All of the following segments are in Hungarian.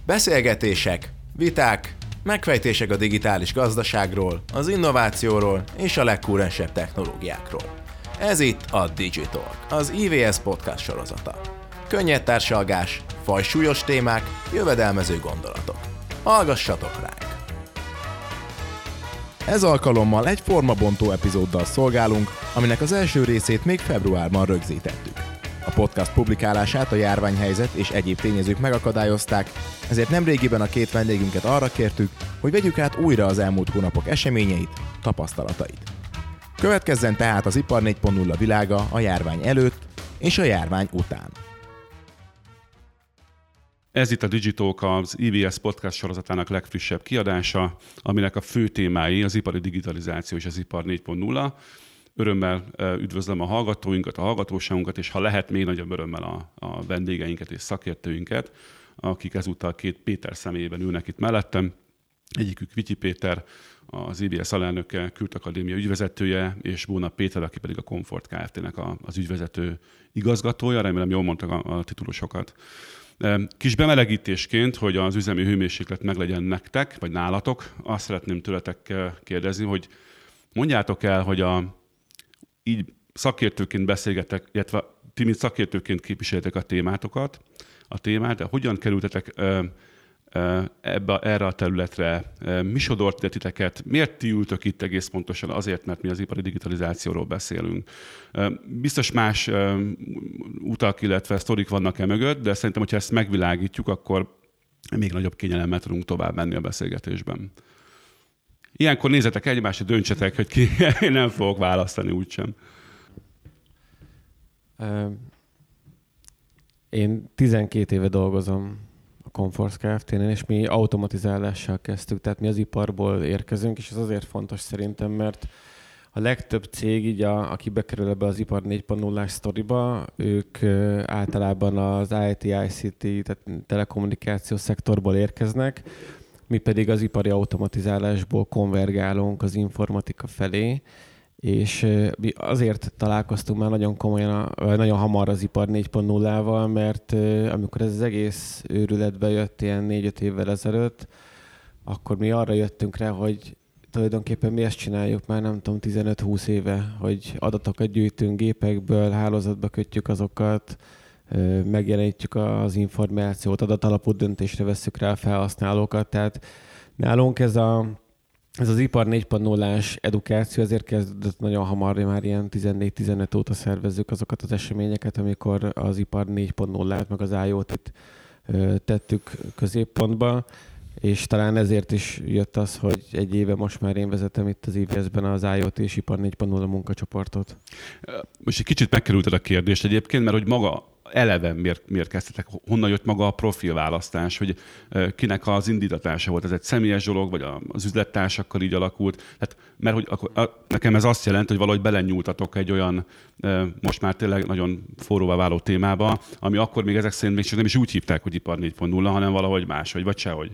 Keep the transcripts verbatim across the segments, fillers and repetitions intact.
Beszélgetések, viták, megfejtések a digitális gazdaságról, az innovációról és a legkúrensebb technológiákról. Ez itt a Digitalk, az i vé es podcast sorozata. Könnyed társalgás, fajsúlyos témák, jövedelmező gondolatok. Hallgassatok ránk! Ez alkalommal egy formabontó epizóddal szolgálunk, aminek az első részét még februárban rögzítettük. A podcast publikálását a járványhelyzet és egyéb tényezők megakadályozták, ezért nemrégiben a két vendégünket arra kértük, hogy vegyük át újra az elmúlt hónapok eseményeit, tapasztalatait. Következzen tehát az Ipar négy pont nulla világa a járvány előtt és a járvány után. Ez itt a Digitalk, az i vé es podcast sorozatának legfrissebb kiadása, aminek a fő témái az ipari digitalizáció és az Ipar négy pont nulla. Örömmel üdvözlöm a hallgatóinkat, a hallgatóságunkat, és ha lehet, még nagyobb örömmel a, a vendégeinket és szakértőinket, akik ezúttal két Péter személyében ülnek itt mellettem. Egyikük Vityi Péter, az i vé es alelnöke, Kültakadémia ügyvezetője, és Bóna Péter, aki pedig a Comfort Kft-nek az ügyvezető igazgatója. Remélem, jól mondtak a, a titulusokat. Kis bemelegítésként, hogy az üzemi hőmérséklet meglegyen nektek, vagy nálatok, azt szeretném tőletek kérdezni, hogy mondjátok el, hogy a, így szakértőként beszélgetek, illetve ti, mint szakértőként képviseltek a témátokat, a témát, de hogyan kerültetek ebbe, erre a területre, mi sodort titeket, miért ti ültök itt egész pontosan? Azért, mert mi az ipari digitalizációról beszélünk. Biztos más utak, illetve sztorik vannak e mögött, de szerintem, hogyha ezt megvilágítjuk, akkor még nagyobb kényelemmel tudunk tovább menni a beszélgetésben. Ilyenkor nézzetek egymásra, döntsetek, hogy ki, én nem fogok választani úgysem. Én tizenkét éve dolgozom a Comfort Kft-nél, és mi automatizálással kezdtük, tehát mi az iparból érkezünk, és ez azért fontos szerintem, mert a legtöbb cég, így a, aki bekerül ebbe az Ipar négy pont nullás sztoriba, ők általában az i té, i cé té, tehát telekommunikációs szektorból érkeznek, mi pedig az ipari automatizálásból konvergálunk az informatika felé, és mi azért találkoztunk már nagyon komolyan, nagyon hamar az Ipar négy pont nullával, mert amikor ez az egész őrületbe jött ilyen négy-öt évvel ezelőtt, akkor mi arra jöttünk rá, hogy tulajdonképpen mi ezt csináljuk már nem tudom tizenöt-húsz éve, hogy adatokat gyűjtünk gépekből, hálózatba kötjük azokat, megjelenítjük az információt, adatalapú döntésre vesszük rá a felhasználókat. Tehát nálunk ez, a, ez az Ipar négy pont nullás edukáció azért kezdődött nagyon hamar, már ilyen tizennégy-tizenöt óta szervezzük azokat az eseményeket, amikor az Ipar négy pont nullát meg az i o té-t tettük középpontba, és talán ezért is jött az, hogy egy éve most már én vezetem itt az i vé es-ben az i o té és Ipar négy pont nulla munkacsoportot. Most egy kicsit megkerülted a kérdést egyébként, mert hogy maga eleve miért, miért kezdtetek, honnan jött maga a profilválasztás, hogy kinek az indítatása volt, ez egy személyes dolog, vagy az üzlettársakkal így alakult, tehát, mert hogy akkor, a, nekem ez azt jelent, hogy valahogy belenyúltatok egy olyan most már tényleg nagyon forróvá váló témába, ami akkor még ezek szerint még csak nem is úgy hívták, hogy Ipar négy pont nulla, hanem valahogy máshogy, vagy sehogy.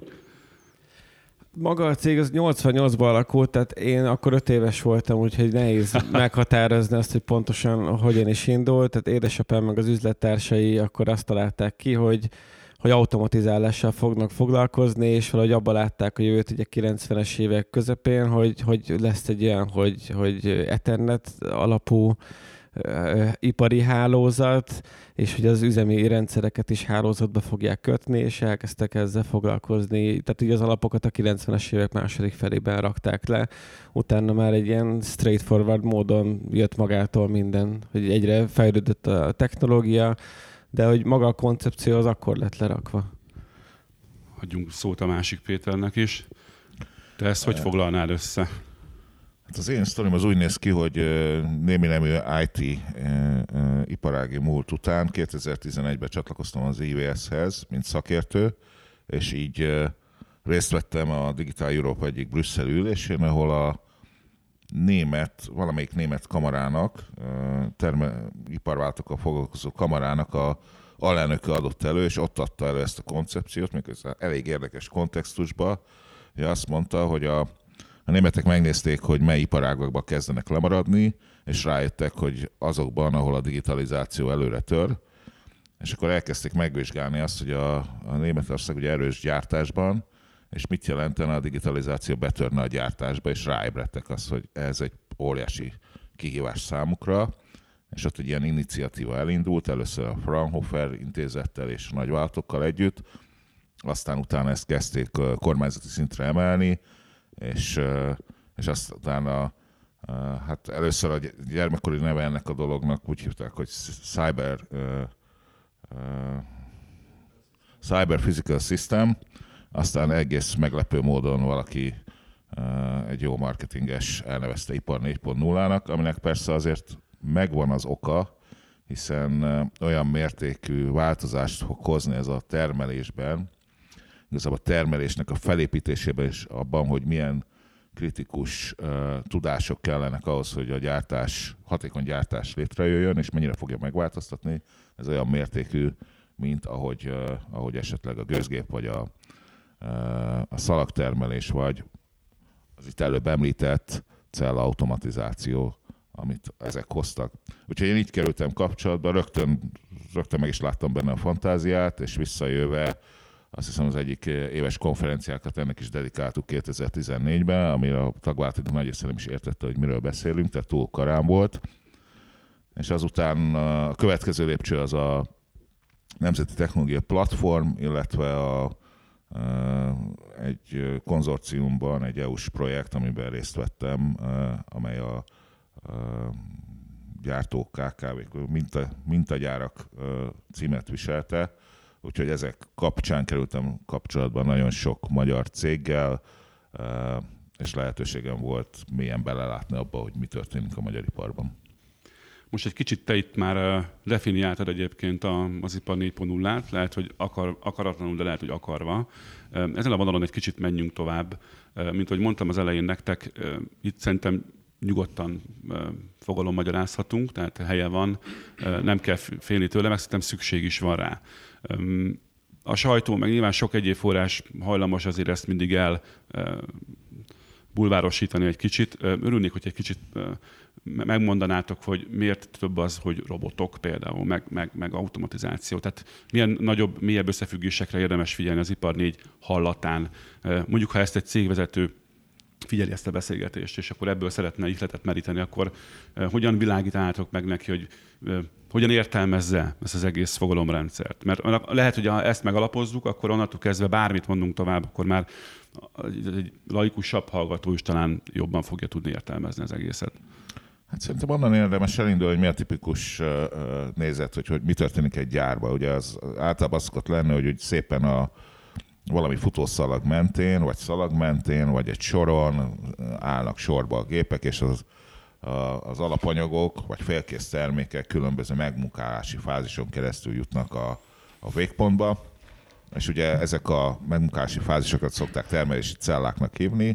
Maga a cég az nyolcvannyolcban alakult, tehát én akkor öt éves voltam, úgyhogy nehéz meghatározni azt, hogy pontosan hogyan is indult. Tehát édesapám meg az üzlettársai akkor azt találták ki, hogy, hogy automatizálással fognak foglalkozni, és valahogy abban látták a jövőt ugye kilencvenes évek közepén, hogy, hogy lesz egy ilyen, hogy, hogy Ethernet alapú uh, ipari hálózat, és hogy az üzemi rendszereket is hálózatba fogják kötni, és elkezdtek ezzel foglalkozni. Tehát így az alapokat a kilencvenes évek második felében rakták le. Utána már egy ilyen straightforward módon jött magától minden, hogy egyre fejlődött a technológia, de hogy maga a koncepció az akkor lett lerakva. Hagyjunk szót a másik Péternek is. Te ezt hogy foglalnád össze? Hát az én sztorim az úgy néz ki, hogy némi nemű i té iparági múlt után kétezer-tizenegyben csatlakoztam az i vé es-hez, mint szakértő, és így részt vettem a Digital Europe egyik brüsszeli ülésén, ahol a német, valamelyik német kamarának, terme, iparváltókkal foglalkozó kamarának a alelnöke adott elő, és ott adta elő ezt a koncepciót, miközben elég érdekes kontextusban. Azt mondta, hogy a A németek megnézték, hogy mely iparágakban kezdenek lemaradni, és rájöttek, hogy azokban, ahol a digitalizáció előre tör, és akkor elkezdték megvizsgálni azt, hogy a, a Németország ugye erős gyártásban, és mit jelentene a digitalizáció betörne a gyártásba, és ráébredtek azt, hogy ez egy óriási kihívás számukra, és ott egy ilyen iniciatíva elindult, először a Fraunhofer intézettel és nagyvállalatokkal együtt, aztán utána ezt kezdték kormányzati szintre emelni, és, és aztán a, hát először a gyermekkori neve ennek a dolognak úgy hívták, hogy Cyber, uh, uh, Cyber Physical System, aztán egész meglepő módon valaki uh, egy jó marketinges elnevezte Ipar négy pont nullának, aminek persze azért megvan az oka, hiszen uh, olyan mértékű változást fog hozni ez a termelésben, igazából a termelésnek a felépítésében és abban, hogy milyen kritikus uh, tudások kellenek ahhoz, hogy a gyártás, hatékony gyártás létrejöjjön, és mennyire fogja megváltoztatni. Ez olyan mértékű, mint ahogy, uh, ahogy esetleg a gőzgép, vagy a, uh, a szalagtermelés, vagy az itt előbb említett cella-automatizáció, amit ezek hoztak. Úgyhogy én így kerültem kapcsolatba, rögtön, rögtön meg is láttam benne a fantáziát, és visszajöve azt hiszem az egyik éves konferenciákat ennek is dedikáltuk kétezer-tizennégyben, amire a tagvállalatunk nagy része nem is értette, hogy miről beszélünk, tehát túl korán volt. És azután a következő lépcső az a Nemzeti Technológia Platform, illetve a, a, egy konzorciumban egy é u-s projekt, amiben részt vettem, amely a, a gyártók, ká ká vé-k, minta, mintagyárak címet viselte. Úgyhogy ezek kapcsán kerültem kapcsolatban nagyon sok magyar céggel, és lehetőségem volt mélyen belelátni abba, hogy mi történik a magyar iparban. Most egy kicsit te itt már definiáltad egyébként az Ipar négy pont nullát, lehet, hogy akar, akaratlanul, de lehet, hogy akarva. Ezen a vonalon egy kicsit menjünk tovább. Mint ahogy mondtam az elején nektek, itt szerintem nyugodtan fogalom magyarázhatunk, tehát helye van, nem kell félni tőle, meg szerintem szükség is van rá. A sajtó, meg nyilván sok egyéb forrás hajlamos azért ezt mindig el bulvárosítani egy kicsit. Örülnék, hogy egy kicsit megmondanátok, hogy miért több az, hogy robotok például, meg, meg, meg automatizáció. Tehát milyen nagyobb, mélyebb összefüggésekre érdemes figyelni az Ipar négy hallatán. Mondjuk, ha ezt egy cégvezető figyeli ezt a beszélgetést, és akkor ebből szeretne ihletet meríteni, akkor uh, hogyan világítanátok meg neki, hogy uh, hogyan értelmezze ezt az egész fogalomrendszert? Mert lehet, hogy ha ezt megalapozzuk, akkor onnantól kezdve bármit mondunk tovább, akkor már egy laikusabb hallgató is talán jobban fogja tudni értelmezni az egészet. Hát szerintem onnan érdemes elindulni, hogy mi a tipikus uh, nézet, hogy, hogy mi történik egy gyárban. Ugye az általában az szokott lenni, hogy úgy szépen a valami futószalag mentén, vagy szalag mentén, vagy egy soron állnak sorba a gépek, és az, az alapanyagok, vagy félkész termékek különböző megmunkálási fázison keresztül jutnak a, a végpontba. És ugye ezek a megmunkálási fázisokat szokták termelési celláknak hívni.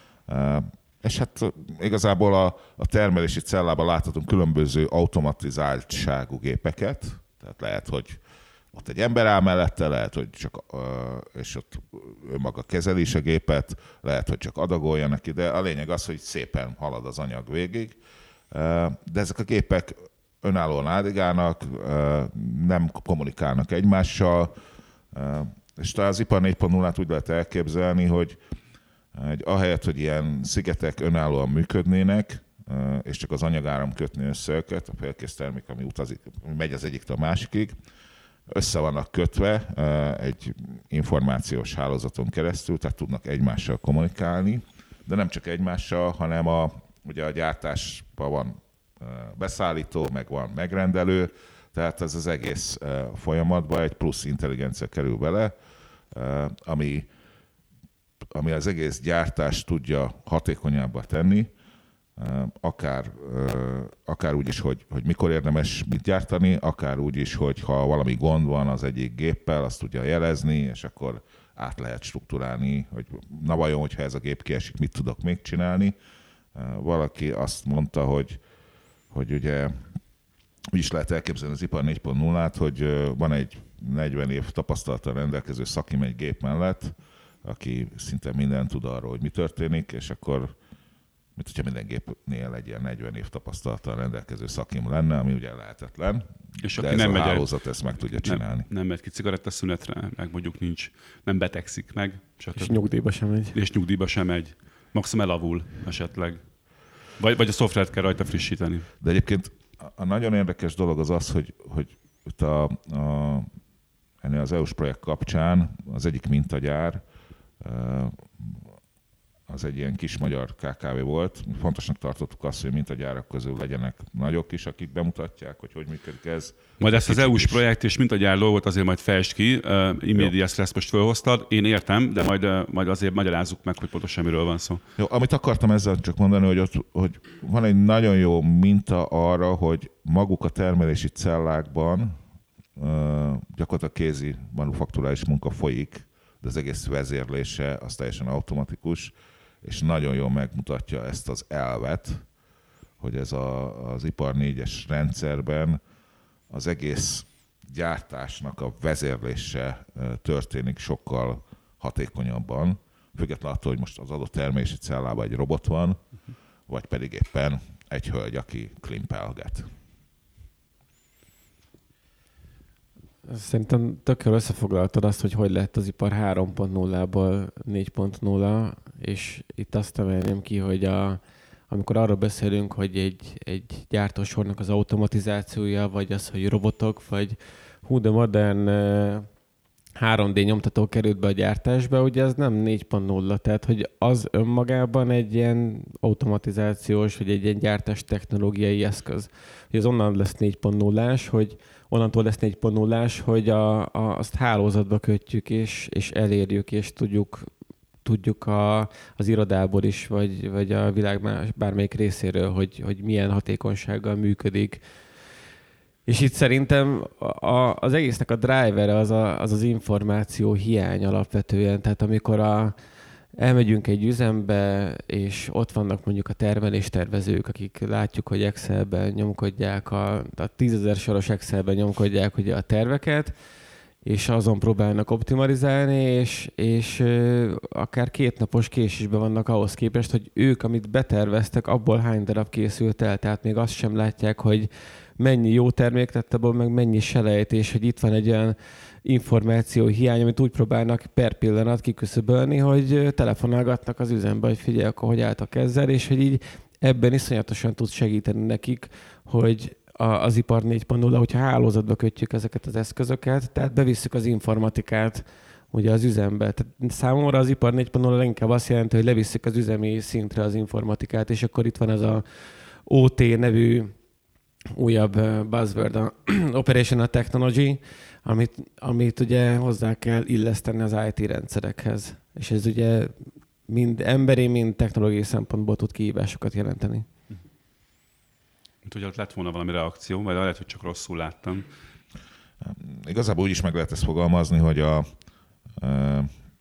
És hát igazából a, a termelési cellában láthatunk különböző automatizáltságú gépeket. Tehát lehet, hogy ott egy ember áll mellette, lehet, hogy csak, és ott ő maga kezeli is a gépet, lehet, hogy csak adagolja neki, de a lényeg az, hogy szépen halad az anyag végig. De ezek a gépek önállóan áldigálnak, nem kommunikálnak egymással, és talán az Ipar négy pont nullát úgy lehet elképzelni, hogy egy, ahelyett, hogy ilyen szigetek önállóan működnének, és csak az anyagáram kötni össze őket, a félkész termék, ami utazik, megy az egyiktől a másikig, össze vannak kötve egy információs hálózaton keresztül, tehát tudnak egymással kommunikálni, de nem csak egymással, hanem a, ugye a gyártásban van beszállító, meg van megrendelő, tehát ez az egész folyamatban egy plusz intelligencia kerül bele, ami, ami az egész gyártást tudja hatékonyabbá tenni, akár, akár úgy is, hogy, hogy mikor érdemes mit gyártani, akár úgy is, hogy ha valami gond van az egyik géppel, azt tudja jelezni, és akkor át lehet strukturálni, hogy na vajon, hogyha ez a gép kiesik, mit tudok még csinálni. Valaki azt mondta, hogy, hogy ugye úgy is lehet elképzelni az Ipar négy pont nullát, hogy van egy negyven év tapasztalattal rendelkező szakim egy gép mellett, aki szinte mindent tud arról, hogy mi történik, és akkor mint hogyha minden gépnél egy ilyen negyven év tapasztalattal rendelkező szakim lenne, ami ugye lehetetlen, és de aki ez nem a megy hálózat ezt meg tudja csinálni. Nem, nem megy ki cigarettaszünetre, meg mondjuk nincs, nem betegszik meg. Stb. És nyugdíjba sem megy. És nyugdíjba sem megy. Maximum elavul esetleg. Vagy, vagy a szoftvert kell rajta frissíteni. De egyébként a nagyon érdekes dolog az az, hogy, hogy itt a, a, ennél az é u-s projekt kapcsán az egyik mintagyár az egy ilyen kis magyar ká ká vé volt. Fontosnak tartottuk azt, hogy mintagyárak közül legyenek nagyok is, akik bemutatják, hogy hogy működik ez. Majd ezt az é u-s projekt és mintagyár dolgot azért majd fejtsd ki. Uh, Immedias ezt most felhoztad. Én értem, de majd, uh, majd azért magyarázzuk meg, hogy pontosan miről van szó. Jó, amit akartam ezzel csak mondani, hogy, ott, hogy van egy nagyon jó minta arra, hogy maguk a termelési cellákban uh, gyakorlatilag kézi manufakturális munka folyik, de az egész vezérlése az teljesen automatikus, és nagyon jól megmutatja ezt az elvet, hogy ez a, az ipar négyes rendszerben az egész gyártásnak a vezérlése történik sokkal hatékonyabban, függetlenül attól, hogy most az adott termelési cellában egy robot van, uh-huh. vagy pedig éppen egy hölgy, aki klimpelget. Szerintem tökéletesen összefoglaltad azt, hogy hogy lett az ipar három pont nullából négy pont nulla, és itt azt emelném ki, hogy a, amikor arról beszélünk, hogy egy, egy gyártósornak az automatizációja, vagy az, hogy robotok, vagy hú, de modern három dé nyomtató került be a gyártásba, ugye ez nem négy pont nulla, tehát hogy az önmagában egy ilyen automatizációs, vagy egy ilyen gyártás technológiai eszköz. Hogy az onnan lesz négy pont nullás, hogy onnantól lesz négy pont nullás, hogy a, a, azt hálózatba kötjük, és, és elérjük, és tudjuk, tudjuk a, az irodából is, vagy, vagy a világ más, bármelyik részéről, hogy, hogy milyen hatékonysággal működik. És itt szerintem a, az egésznek a drivere az, a, az az információ hiány alapvetően. Tehát amikor a, elmegyünk egy üzembe, és ott vannak mondjuk a termeléstervezők, akik látjuk, hogy Excelben nyomkodják, a, a tízezer soros Excelben nyomkodják ugye a terveket, és azon próbálnak optimalizálni, és, és akár kétnapos késésben vannak ahhoz képest, hogy ők, amit beterveztek, abból hány darab készült el. Tehát még azt sem látják, hogy mennyi jó termék lett abból, meg mennyi selejt, és hogy itt van egy olyan információ hiány, amit úgy próbálnak per pillanat kiküszöbölni, hogy telefonálgatnak az üzembe, hogy figyelj, akkor hogy álltak ezzel, és hogy így ebben iszonyatosan tud segíteni nekik, hogy az ipar négy pont nulla, hogyha hálózatba kötjük ezeket az eszközöket, tehát bevisszük az informatikát ugye az üzembe. Tehát számomra az ipar négy pont nulla inkább azt jelenti, hogy levisszük az üzemi szintre az informatikát, és akkor itt van ez a o té nevű újabb buzzword, a Operational Technology, amit, amit ugye hozzá kell illeszteni az i té rendszerekhez. És ez ugye mind emberi, mind technológiai szempontból tud kihívásokat jelenteni. Mint hogy ott lett volna valami reakció, vagy lehet, hogy csak rosszul láttam. Igazából úgy is meg lehet ezt fogalmazni, hogy a, a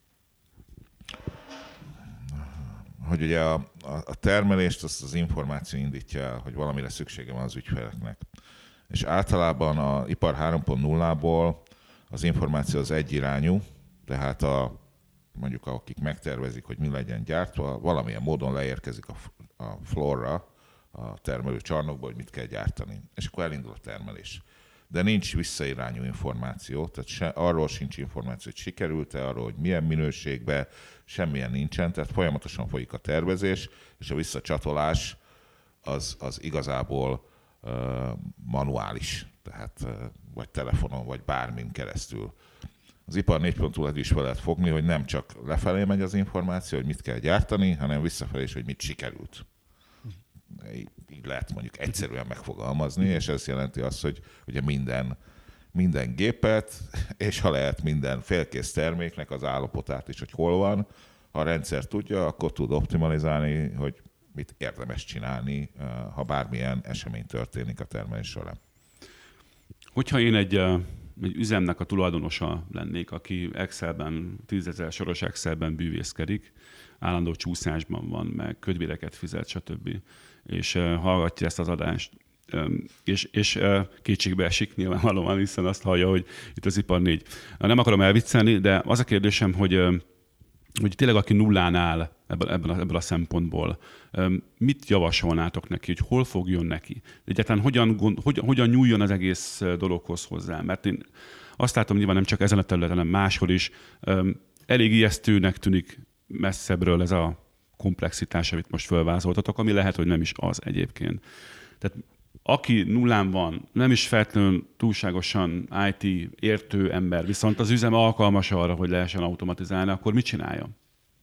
hogy ugye a, a termelést azt az információ indítja el, hogy valamire szüksége van az ügyfeleknek. És általában a ipar három pont nullából az információ az egyirányú, tehát a, mondjuk akik megtervezik, hogy mi legyen gyártva, valamilyen módon leérkezik a, a floorra, a termelő csarnokba, hogy mit kell gyártani. És akkor elindul a termelés. De nincs visszairányú információ, tehát se, arról sincs információ, hogy sikerült-e, arról, hogy milyen minőségben, semmilyen nincsen, tehát folyamatosan folyik a tervezés, és a visszacsatolás az, az igazából uh, manuális, tehát uh, vagy telefonon, vagy bármin keresztül. Az ipar négy pont nullát is fel lehet fogni, hogy nem csak lefelé megy az információ, hogy mit kell gyártani, hanem visszafelé is, hogy mit sikerült. Így lehet mondjuk egyszerűen megfogalmazni, és ez jelenti azt, hogy ugye minden, minden gépet, és ha lehet minden félkész terméknek az állapotát is, hogy hol van, ha a rendszer tudja, akkor tud optimalizálni, hogy mit érdemes csinálni, ha bármilyen esemény történik a termelés során. Hogyha én egy, egy üzemnek a tulajdonosa lennék, aki Excelben, tízezer soros Excelben bűvészkedik, állandó csúszásban van, meg kötvéreket fizet, stb. És hallgatja ezt az adást, és, és kétségbe esik nyilvánvalóan, hiszen azt hallja, hogy itt az ipar négy. Nem akarom elviccelni, de az a kérdésem, hogy hogy tényleg aki nullán áll ebből, ebből, a, ebből a szempontból, mit javasolnátok neki, hogy hol fogjon neki? Egyáltalán hogyan, gond, hogyan, hogyan nyúljon az egész dologhoz hozzá? Mert én azt látom, nyilván nem csak ezen a területen, hanem máshol is, elég ijesztőnek tűnik messzebbről ez a komplexitás, amit most felvázoltatok, ami lehet, hogy nem is az egyébként. Tehát aki nullán van, nem is feltétlenül túlságosan i té értő ember, viszont az üzem alkalmas arra, hogy lehessen automatizálni, akkor mit csináljon?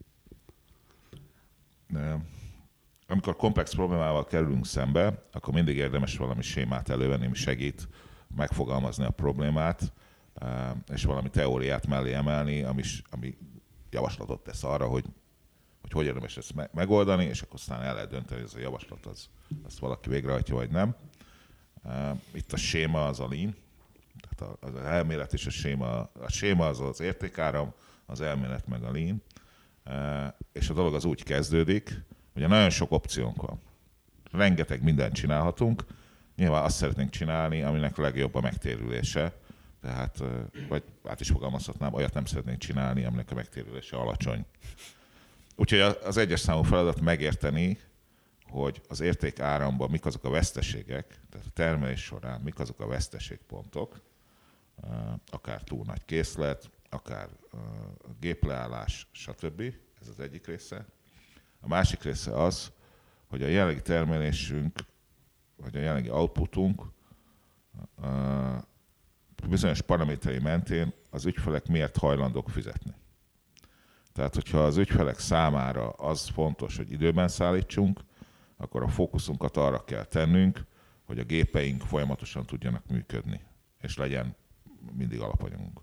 Amikor komplex problémával kerülünk szembe, akkor mindig érdemes valami sémát elővenni, ami segít megfogalmazni a problémát, és valami teóriát mellé emelni, ami, ami javaslatot tesz arra, hogy hogy hogy érdemes ezt megoldani, és akkor aztán el lehet dönteni, hogy ez a javaslat az, azt valaki végrehajtja, vagy nem. Itt a séma az a lean, tehát az elmélet és a séma, a séma az az értékáram, az elmélet meg a lean, és a dolog az úgy kezdődik, hogy nagyon sok opciónk van. Rengeteg mindent csinálhatunk, nyilván azt szeretnénk csinálni, aminek a legjobb a megtérülése, tehát, vagy át is fogalmazhatnám, olyat nem szeretnénk csinálni, aminek a megtérülése alacsony. Úgyhogy az egyes számú feladat megérteni, hogy az érték áramban mik azok a veszteségek, tehát a termelés során mik azok a veszteségpontok, akár túl nagy készlet, akár gépleállás, stb. Ez az egyik része. A másik része az, hogy a jelenlegi termelésünk, vagy a jelenlegi outputunk bizonyos paraméterei mentén az ügyfelek miért hajlandók fizetni. Tehát, hogyha az ügyfelek számára az fontos, hogy időben szállítsunk, akkor a fókuszunkat arra kell tennünk, hogy a gépeink folyamatosan tudjanak működni, és legyen mindig alapanyagunk.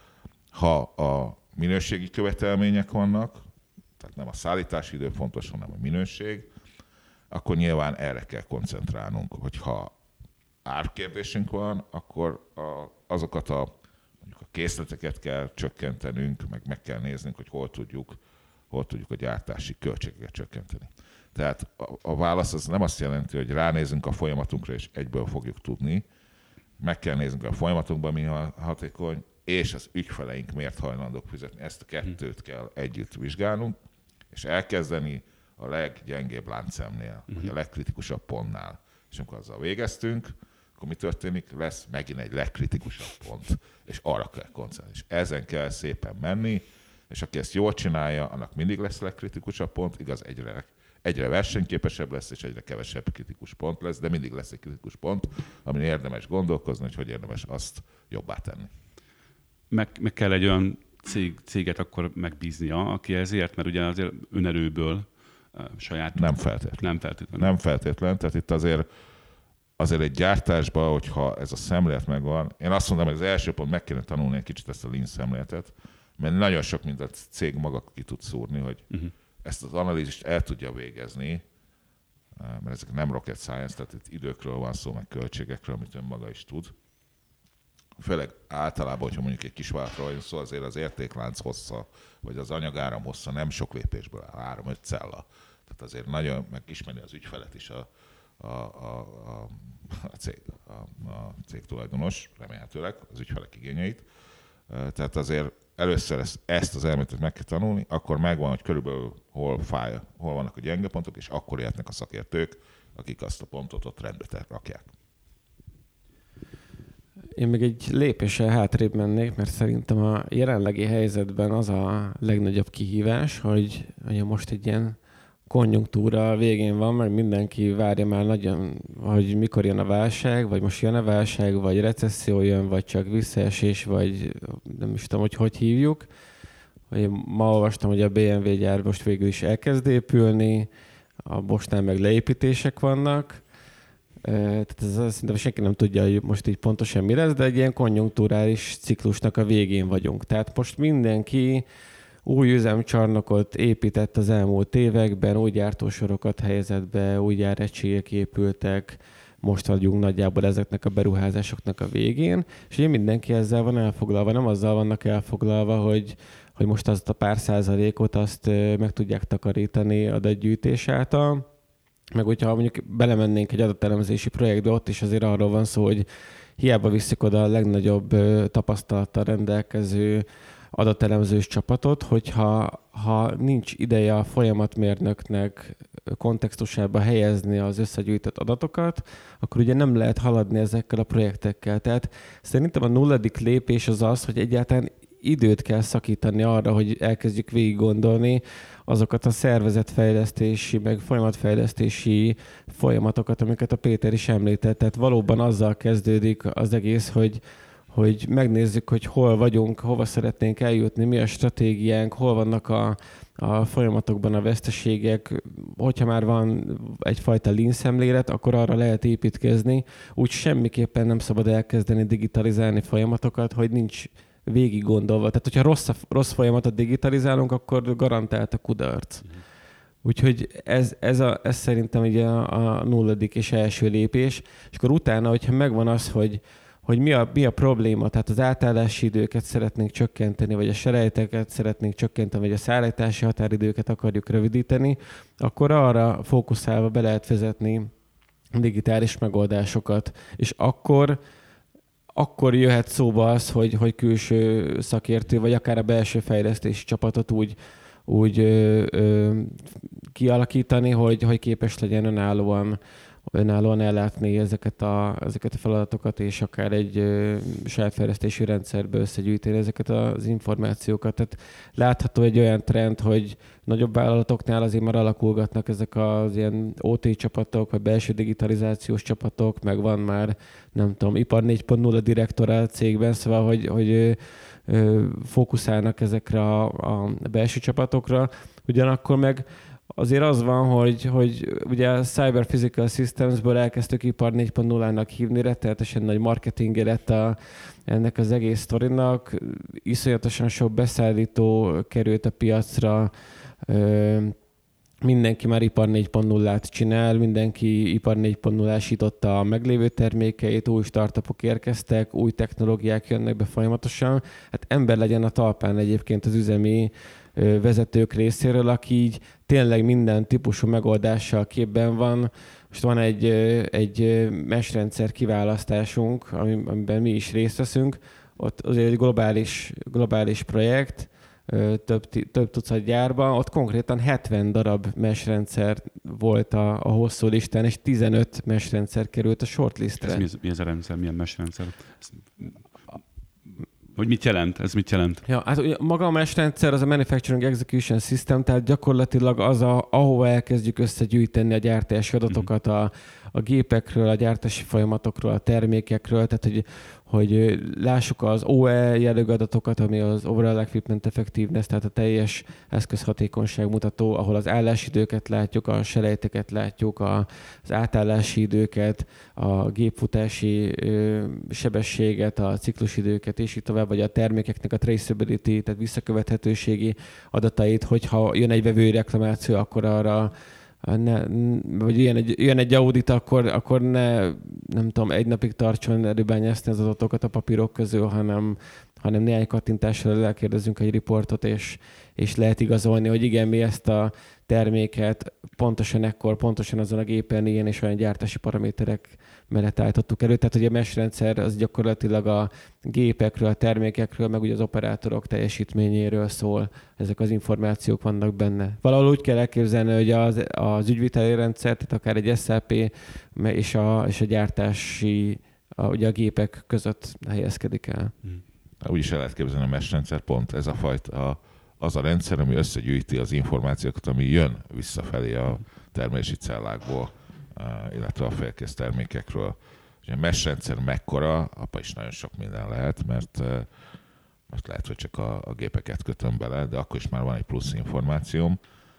Ha a minőségi követelmények vannak, tehát nem a szállítási idő fontos, hanem a minőség, akkor nyilván erre kell koncentrálnunk. Hogyha árkérdésünk van, akkor a, azokat a mondjuk a készleteket kell csökkentenünk, meg meg kell néznünk, hogy hol tudjuk, hol tudjuk a gyártási költségeket csökkenteni. Tehát a, a válasz az nem azt jelenti, hogy ránézünk a folyamatunkra, és egyből fogjuk tudni. Meg kell néznünk a folyamatunkban, mi a hatékony, és az ügyfeleink miért hajlandók fizetni. Ezt a kettőt kell együtt vizsgálnunk, és elkezdeni a leggyengébb láncszemnél, uh-huh. vagy a legkritikusabb pontnál. És amikor azzal végeztünk, akkor mi történik? Lesz megint egy legkritikusabb pont, és arra kell koncentrálni. És ezen kell szépen menni, és aki ezt jól csinálja, annak mindig lesz legkritikusabb pont, igaz, egyre, egyre versenyképesebb lesz, és egyre kevesebb kritikus pont lesz, de mindig lesz egy kritikus pont, amin érdemes gondolkozni, hogy hogy érdemes azt jobbá tenni. Meg, meg kell egy olyan cég, céget akkor megbíznia, aki ezért, mert ugye azért önerőből saját... Nem feltétlen. Nem feltétlen. Nem feltétlen, tehát itt azért azért egy gyártásban, hogyha ez a szemlélet megvan, én azt mondom, hogy az első pont meg kéne tanulni egy kicsit ezt a lean szemléletet, mert nagyon sok mint a cég maga ki tud szúrni, hogy uh-huh. ezt az analízist el tudja végezni, mert ezek nem rocket science, tehát itt időkről van szó, meg költségekről, amit ön maga is tud. Főleg általában, hogyha mondjuk egy kis vállalatról jön szó, azért az értéklánc hossza, vagy az anyagáram hossza nem sok lépésből áll, három-öt cella. Tehát azért nagyon megismeri az ügyfelet is a A, a, a, a, cég, a, a cég tulajdonos, remélhetőleg az ügyfelek igényeit. Tehát azért először ezt, ezt az elméletet meg kell tanulni, akkor megvan, hogy körülbelül hol fáj, hol vannak a gyenge pontok, és akkor jöhetnek a szakértők, akik azt a pontot ott rendbe rakják. Én még egy lépéssel hátrébb mennék, mert szerintem a jelenlegi helyzetben az a legnagyobb kihívás, hogy, hogy most egy ilyen konjunktúra végén van, mert mindenki várja már nagyon, hogy mikor jön a válság, vagy most jön a válság, vagy recesszió jön, vagy csak visszaesés, vagy nem is tudom, hogy hogy hívjuk. Ma olvastam, hogy a bé em vé gyár most végül is elkezd épülni, a Boschnál meg leépítések vannak. Tehát ez szerintem senki nem tudja, hogy most így pontosan mi lesz, de egy ilyen konjunkturális ciklusnak a végén vagyunk. Tehát most mindenki új üzemcsarnokot épített az elmúlt években, új gyártósorokat helyezett be, új gyáregységek épültek, most vagyunk nagyjából ezeknek a beruházásoknak a végén, és ugye mindenki ezzel van elfoglalva, nem azzal vannak elfoglalva, hogy, hogy most azt a pár százalékot azt meg tudják takarítani adatgyűjtés által, meg hogyha mondjuk belemennénk egy adatelemzési projektbe, ott is azért arról van szó, hogy hiába viszik oda a legnagyobb tapasztalattal rendelkező adatelemzős csapatot, hogyha ha nincs ideje a folyamatmérnöknek kontextusába helyezni az összegyűjtött adatokat, akkor ugye nem lehet haladni ezekkel a projektekkel. Tehát szerintem a nulladik lépés az az, hogy egyáltalán időt kell szakítani arra, hogy elkezdjük végig gondolni azokat a szervezetfejlesztési, meg folyamatfejlesztési folyamatokat, amiket a Péter is említett. Tehát valóban azzal kezdődik az egész, hogy hogy megnézzük, hogy hol vagyunk, hova szeretnénk eljutni, mi a stratégiánk, hol vannak a, a folyamatokban a veszteségek. Hogyha már van egyfajta lean szemlélet, akkor arra lehet építkezni. Úgy semmiképpen nem szabad elkezdeni digitalizálni folyamatokat, hogy nincs végig gondolva. Tehát, hogyha rossz, rossz folyamatot digitalizálunk, akkor garantált a kudarc. Mm. Úgyhogy ez, ez, a, ez szerintem ugye a, a nulladik és első lépés. És akkor utána, hogyha megvan az, hogy hogy mi a, mi a probléma, tehát az átállási időket szeretnénk csökkenteni, vagy a selejteket szeretnénk csökkenteni, vagy a szállítási határidőket akarjuk rövidíteni, akkor arra fókuszálva be lehet vezetni digitális megoldásokat. És akkor, akkor jöhet szóba az, hogy, hogy külső szakértő, vagy akár a belső fejlesztési csapatot úgy, úgy ö, ö, kialakítani, hogy, hogy képes legyen önállóan önállóan ellátni ezeket a, ezeket a feladatokat, és akár egy ö, saját fejlesztési rendszerbe összegyűjteni ezeket az információkat. Tehát látható egy olyan trend, hogy nagyobb vállalatoknál azért már alakulgatnak ezek az ilyen ó té csapatok, vagy belső digitalizációs csapatok, meg van már, nem tudom, ipar négy pont nulla direktora cégben, szóval, hogy, hogy ö, ö, fókuszálnak ezekre a, a belső csapatokra. Ugyanakkor meg azért az van, hogy, hogy ugye a Cyber Physical Systems-ből elkezdtük ipar négy pont nullának hívni, rettenetesen nagy marketingje lett a, ennek az egész sztorinak. Iszonyatosan sok beszállító került a piacra, ö, mindenki már ipar négy pont nullát csinál, mindenki ipar négy pont nullásította a meglévő termékeit, új startupok érkeztek, új technológiák jönnek be folyamatosan. Hát ember legyen a talpán egyébként az üzemi vezetők részéről, aki így tényleg minden típusú megoldással képben van. Most van egy, egy mesrendszer kiválasztásunk, amiben mi is részt veszünk. Ott azért egy globális, globális projekt, több, több tucat gyárban, ott konkrétan hetven darab mesrendszer volt a, a hosszú listán, és tizenöt mesrendszer került a shortlistre. Ez mi, mi ez a rendszer? Milyen mesrendszer? Ez... Hogy mit jelent? Ez mit jelent? Ja, hát ugye maga a mesrendszer az a Manufacturing Execution System, tehát gyakorlatilag az, a, ahova elkezdjük összegyűjteni a gyártási adatokat a, a gépekről, a gyártási folyamatokról, a termékekről, tehát hogy, hogy lássuk az o e jellegű adatokat, ami az Overall Equipment Effectiveness, tehát a teljes eszközhatékonyság mutató, ahol az állásidőket látjuk, a selejteket látjuk, a, az átállási időket, a gépfutási ö, sebességet, a ciklusidőket, és így tovább, vagy a termékeknek a traceability, tehát visszakövethetőségi adatait, hogyha jön egy vevői reklamáció, akkor arra Ne, vagy jön egy, jön egy audit, akkor, akkor ne, nem tudom, egy napig tartson előbányászni az adatokat a papírok közül, hanem, hanem néhány kattintással elkérdezünk egy riportot, és, és lehet igazolni, hogy igen, mi ezt a terméket pontosan ekkor, pontosan azon a gépen ilyen és olyan gyártási paraméterek mellett állítottuk elő. Tehát ugye a mesrendszer az gyakorlatilag a gépekről, a termékekről, meg ugye az operátorok teljesítményéről szól. Ezek az információk vannak benne. Valahol úgy kell elképzelni, hogy az, az ügyviteli rendszer, tehát akár egy es á pé és a, és a gyártási, a, ugye a gépek között helyezkedik el. Úgy is el lehet képzelni a mesrendszer, pont ez a fajta, az a rendszer, ami összegyűjti az információkat, ami jön visszafelé a termelési cellákból, illetve a félkész termékekről. A mesrendszer mekkora, apa is nagyon sok minden lehet, mert most lehet, hogy csak a, a gépeket kötöm bele, de akkor is már van egy plusz információm.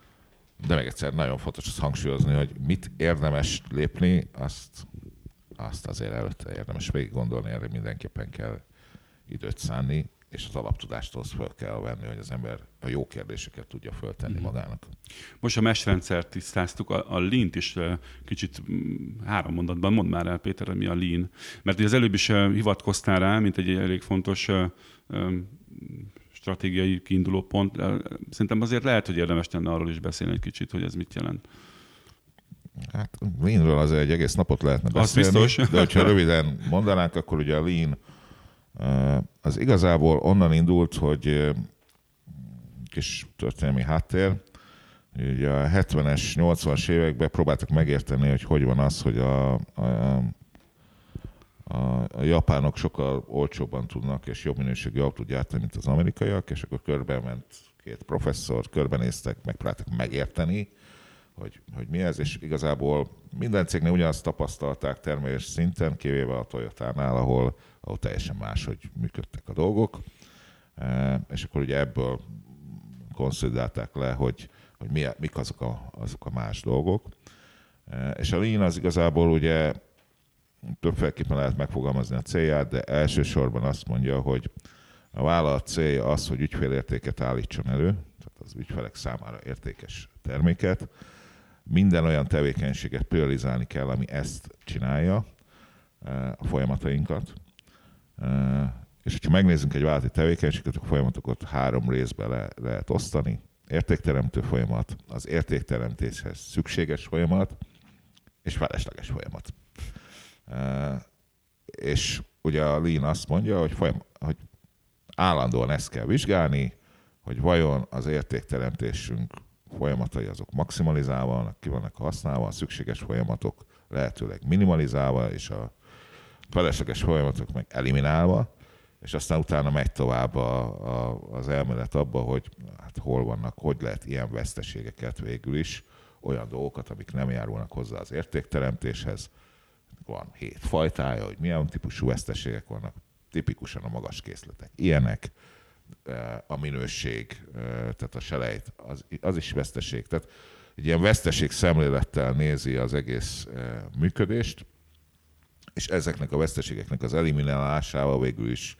De még egyszer nagyon fontos azt hangsúlyozni, hogy mit érdemes lépni, azt, azt azért előtte érdemes végig gondolni, erre mindenképpen kell időt szánni, és az alaptudástól föl kell venni, hogy az ember a jó kérdéseket tudja föltenni mm. magának. Most a mesrendszert tisztáztuk, a, a Lean-t is kicsit három mondatban mondd már el, Péter, hogy mi a Lean. Mert az előbb is hivatkoztál rá, mint egy elég fontos stratégiai kiinduló pont. Szerintem azért lehet, hogy érdemes lenne arról is beszélni egy kicsit, hogy ez mit jelent. Hát Leanről azért egy egész napot lehetne beszélni. Az biztos. De hogyha röviden mondanánk, akkor ugye a Lean az igazából onnan indult, hogy kis történelmi háttér, ugye a hetvenes, nyolcvanas években próbáltak megérteni, hogy hogy van az, hogy a, a, a, a japánok sokkal olcsóbban tudnak és jobb minőségű autót gyártani, mint az amerikaiak, és akkor körbe ment két professzor, körbenéztek, megpróbáltak megérteni, hogy, hogy mi ez, és igazából minden cégnél ugyanazt tapasztalták termelés szinten, kivéve a Toyotánál, ahol, ahol teljesen máshogy működtek a dolgok, és akkor ugye ebből konszolidálták le, hogy, hogy mi, mik azok a, azok a más dolgok. És a Lean az igazából ugye többféleképpen lehet megfogalmazni a célját, de elsősorban azt mondja, hogy a vállalat célja az, hogy ügyfélértéket állítson elő, tehát az ügyfelek számára értékes terméket. Minden olyan tevékenységet priorizálni kell, ami ezt csinálja, a folyamatainkat. És hogyha megnézzünk egy vállalati tevékenységet, a folyamatokat három részbe le, lehet osztani. Értékteremtő folyamat, az értékteremtéshez szükséges folyamat, és felesleges folyamat. És ugye a Lean azt mondja, hogy, folyam, hogy állandóan ezt kell vizsgálni, hogy vajon az értékteremtésünk folyamatai azok maximalizálva vannak, ki vannak használva, a szükséges folyamatok lehetőleg minimalizálva, és a felesleges folyamatok meg eliminálva, és aztán utána megy tovább a, a, az elmélet abba, hogy hát hol vannak, hogy lehet ilyen veszteségeket végül is, olyan dolgokat, amik nem járulnak hozzá az értékteremtéshez. Van hét fajtája, hogy milyen típusú veszteségek vannak, tipikusan a magas készletek. Ilyenek, a minőség, tehát a selejt, az, az is veszteség. Tehát egy ilyen veszteség szemlélettel nézi az egész működést, és ezeknek a veszteségeknek az eliminálásával végül is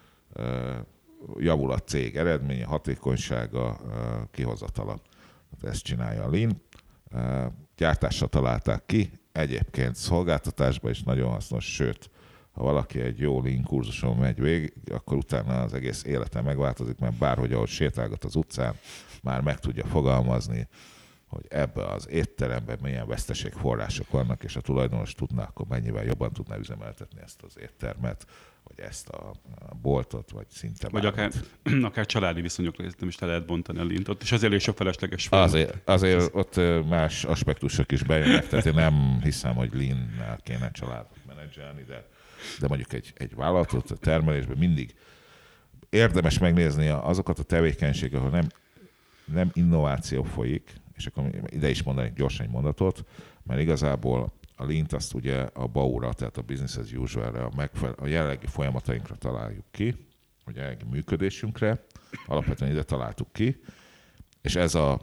javul a cég eredménye, hatékonysága, kihozatala. Ezt csinálja a Lean. Gyártásra találták ki, egyébként szolgáltatásban is nagyon hasznos, sőt, ha valaki egy jó Lean kurzuson megy végig, akkor utána az egész élete megváltozik, mert bárhogy ahogy sétálgat az utcán, már meg tudja fogalmazni, hogy ebben az étteremben milyen veszteségforrások vannak, és a tulajdonos tudná, akkor mennyivel jobban tudná üzemeltetni ezt az éttermet, vagy ezt a, a boltot, vagy szinte Vagy akár, akár családi viszonyokra nem is le lehet bontani a Leant-ot, és azért is sok felesleges folyamat. Azért, azért ott más aspektusok is bejönnek, tehát én nem hiszem, hogy Lean-nál kéne családot menedzselni, de, de mondjuk egy, egy vállalatot a termelésben mindig érdemes megnézni azokat a tevékenységeket, ahol nem, nem innováció folyik, és akkor ide is mondanék gyorsan egy mondatot, mert igazából a Lean-t azt ugye a bé á u-ra, tehát a business as usual-re, a, megfelel, a jelenlegi folyamatainkra találjuk ki, a jelenlegi működésünkre, alapvetően ide találtuk ki, és ez a,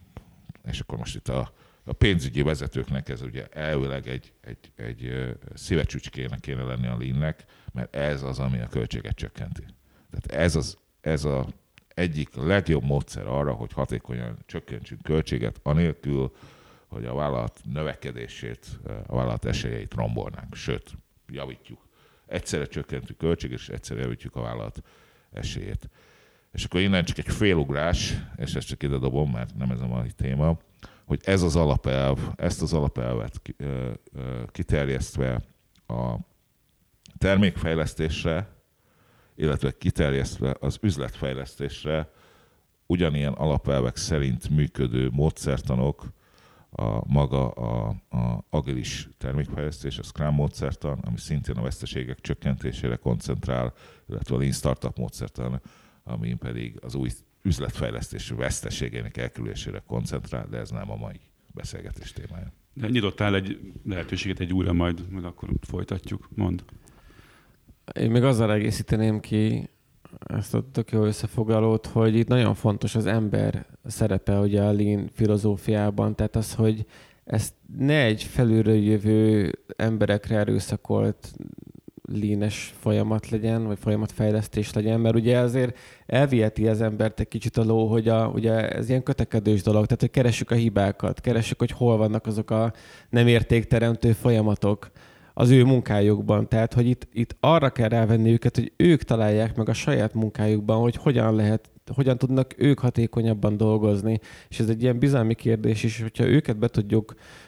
és akkor most itt a, a pénzügyi vezetőknek ez ugye elvileg egy, egy, egy szívecsücskének kéne lenni a Lean-nek, mert ez az, ami a költséget csökkenti. Tehát ez az ez a egyik legjobb módszer arra, hogy hatékonyan csökkentsünk költséget, anélkül, hogy a vállalat növekedését, a vállalat esélyeit rombolnánk. Sőt, javítjuk. Egyszerre csökkentjük költséget, és egyszerre javítjuk a vállalat esélyét. És akkor innen csak egy félugrás, és ezt csak ide dobom, mert nem ez a mai téma, hogy ez az alapelv, ezt az alapelvet kiterjesztve a termékfejlesztésre, illetve kiterjesztve az üzletfejlesztésre ugyanilyen alapelvek szerint működő módszertanok, a maga a, a agilis termékfejlesztés, a Scrum módszertan, ami szintén a veszteségek csökkentésére koncentrál, illetve a Lean Startup módszertan, ami pedig az új üzletfejlesztés veszteségének elkerülésére koncentrál, de ez nem a mai beszélgetés témája. De nyitottál egy lehetőséget egy újra, majd, majd akkor folytatjuk. Mondd. Én még azzal egészíteném ki ezt a tök jó összefoglalót, hogy itt nagyon fontos az ember szerepe ugye a Lean filozófiában, tehát az, hogy ezt ne egy felülről jövő emberekre erőszakolt Lean-es folyamat legyen, vagy folyamatfejlesztés legyen, mert ugye azért elviheti az embert egy kicsit a ló, hogy a, ugye ez ilyen kötekedős dolog, tehát hogy keressük a hibákat, keressük, hogy hol vannak azok a nem értékteremtő folyamatok az ő munkájukban. Tehát, hogy itt, itt arra kell rávenni őket, hogy ők találják meg a saját munkájukban, hogy hogyan lehet, hogyan tudnak ők hatékonyabban dolgozni. És ez egy ilyen bizalmi kérdés is, hogyha őket be tudjuk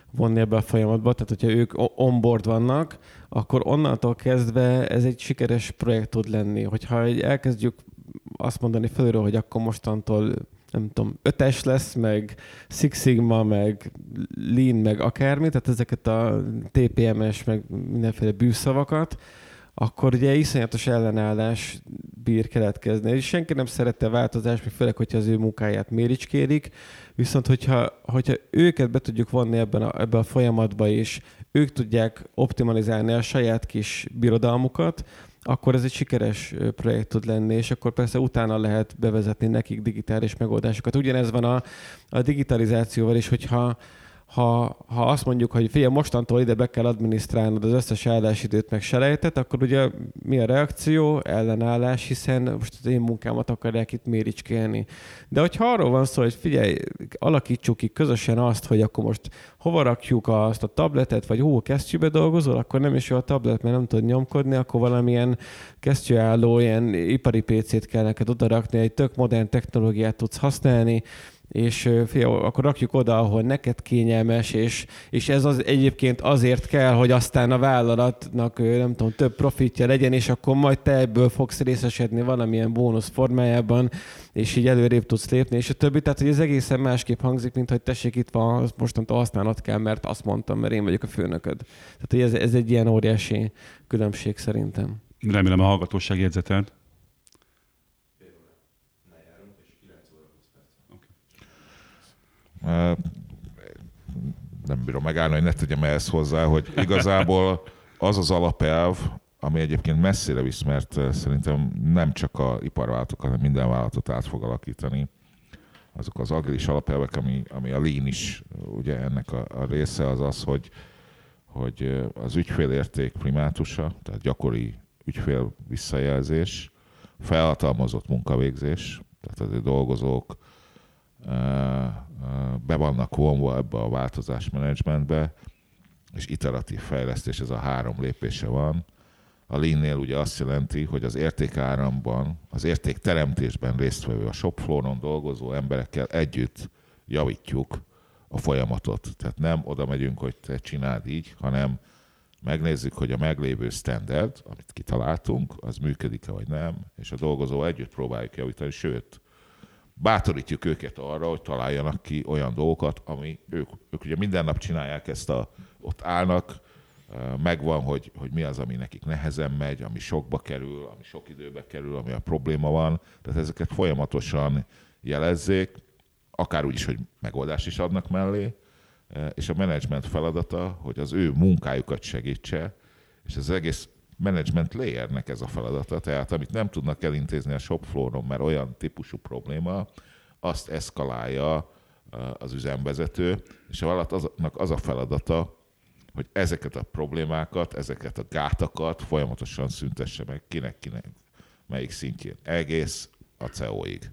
vonni ebbe a folyamatba. Tehát, hogyha ők onboard vannak, akkor onnantól kezdve ez egy sikeres projekt tud lenni. Hogyha elkezdjük azt mondani felülről, hogy akkor mostantól nem tudom, ötes lesz, meg Six Sigma, meg Lean, meg akármi, tehát ezeket a té pé em es, meg mindenféle bűszavakat, akkor ugye iszonyatos ellenállás bír keletkezni. És senki nem szerette a változást, még főleg, hogyha az ő munkáját méricskérik, viszont hogyha, hogyha őket be tudjuk vonni ebben a, ebben a folyamatba, és ők tudják optimalizálni a saját kis birodalmukat, akkor ez egy sikeres projekt tud lenni, és akkor persze utána lehet bevezetni nekik digitális megoldásokat. Ugyanez van a, a digitalizációval is, hogyha ha, ha azt mondjuk, hogy figyelj, mostantól ide be kell adminisztrálnod az összes állásidőt meg selejtet, akkor ugye mi a reakció? Ellenállás, hiszen most az én munkámat akarják itt méricskélni. De hogyha arról van szó, hogy figyelj, alakítsuk ki közösen azt, hogy akkor most hova rakjuk azt a tabletet, vagy hol kesztyűbe dolgozol, akkor nem is jó a tablet, mert nem tud nyomkodni, akkor valamilyen kesztyűálló, ilyen ipari pé cét kell neked odarakni, egy tök modern technológiát tudsz használni, és fél, akkor rakjuk oda, ahol neked kényelmes, és, és ez az egyébként azért kell, hogy aztán a vállalatnak nem tudom, több profitja legyen, és akkor majd te ebből fogsz részesedni valamilyen bónusz formájában, és így előrébb tudsz lépni, és a többi. Tehát, hogy ez egészen másképp hangzik, mint hogy tessék, itt van, mostantól használnod kell, mert azt mondtam, mert én vagyok a főnököd. Tehát, hogy ez, ez egy ilyen óriási különbség szerintem. Remélem a hallgatóság jegyzeted. Nem bírom megállni, hogy ne tegyem ehhez hozzá, hogy igazából az az alapelv, ami egyébként messzire visz, mert szerintem nem csak a iparvállalatok, hanem minden vállalatot át fog alakítani. Azok az agilis alapelvek, ami, ami a Lean is, ugye ennek a, a része az az, hogy, hogy az ügyfélérték primátusa, tehát gyakori ügyfél visszajelzés, felhatalmazott munkavégzés, tehát az dolgozók be vannak vonva ebbe a változásmenedzsmentbe, és iteratív fejlesztés, ez a három lépése van. A Lean-nél ugye azt jelenti, hogy az értékáramban, az értékteremtésben résztvevő, a shopflooron dolgozó emberekkel együtt javítjuk a folyamatot. Tehát nem oda megyünk, hogy te csináld így, hanem megnézzük, hogy a meglévő standard, amit kitaláltunk, az működik-e vagy nem, és a dolgozó együtt próbáljuk javítani, sőt, bátorítjuk őket arra, hogy találjanak ki olyan dolgokat, ami ők, ők ugye minden nap csinálják ezt, a, ott állnak, megvan, hogy, hogy mi az, ami nekik nehezen megy, ami sokba kerül, ami sok időbe kerül, ami a probléma van. Tehát ezeket folyamatosan jelezzék, akár úgy is, hogy megoldást is adnak mellé, és a menedzsment feladata, hogy az ő munkájukat segítse, és az egész management layernek ez a feladata, tehát amit nem tudnak elintézni a shopflooron, mert olyan típusú probléma, azt eszkalálja az üzemvezető, és a vállalatnak az a feladata, hogy ezeket a problémákat, ezeket a gátakat folyamatosan szüntesse meg, kinek, kinek, melyik szintjén. Egész a cé e ó-ig.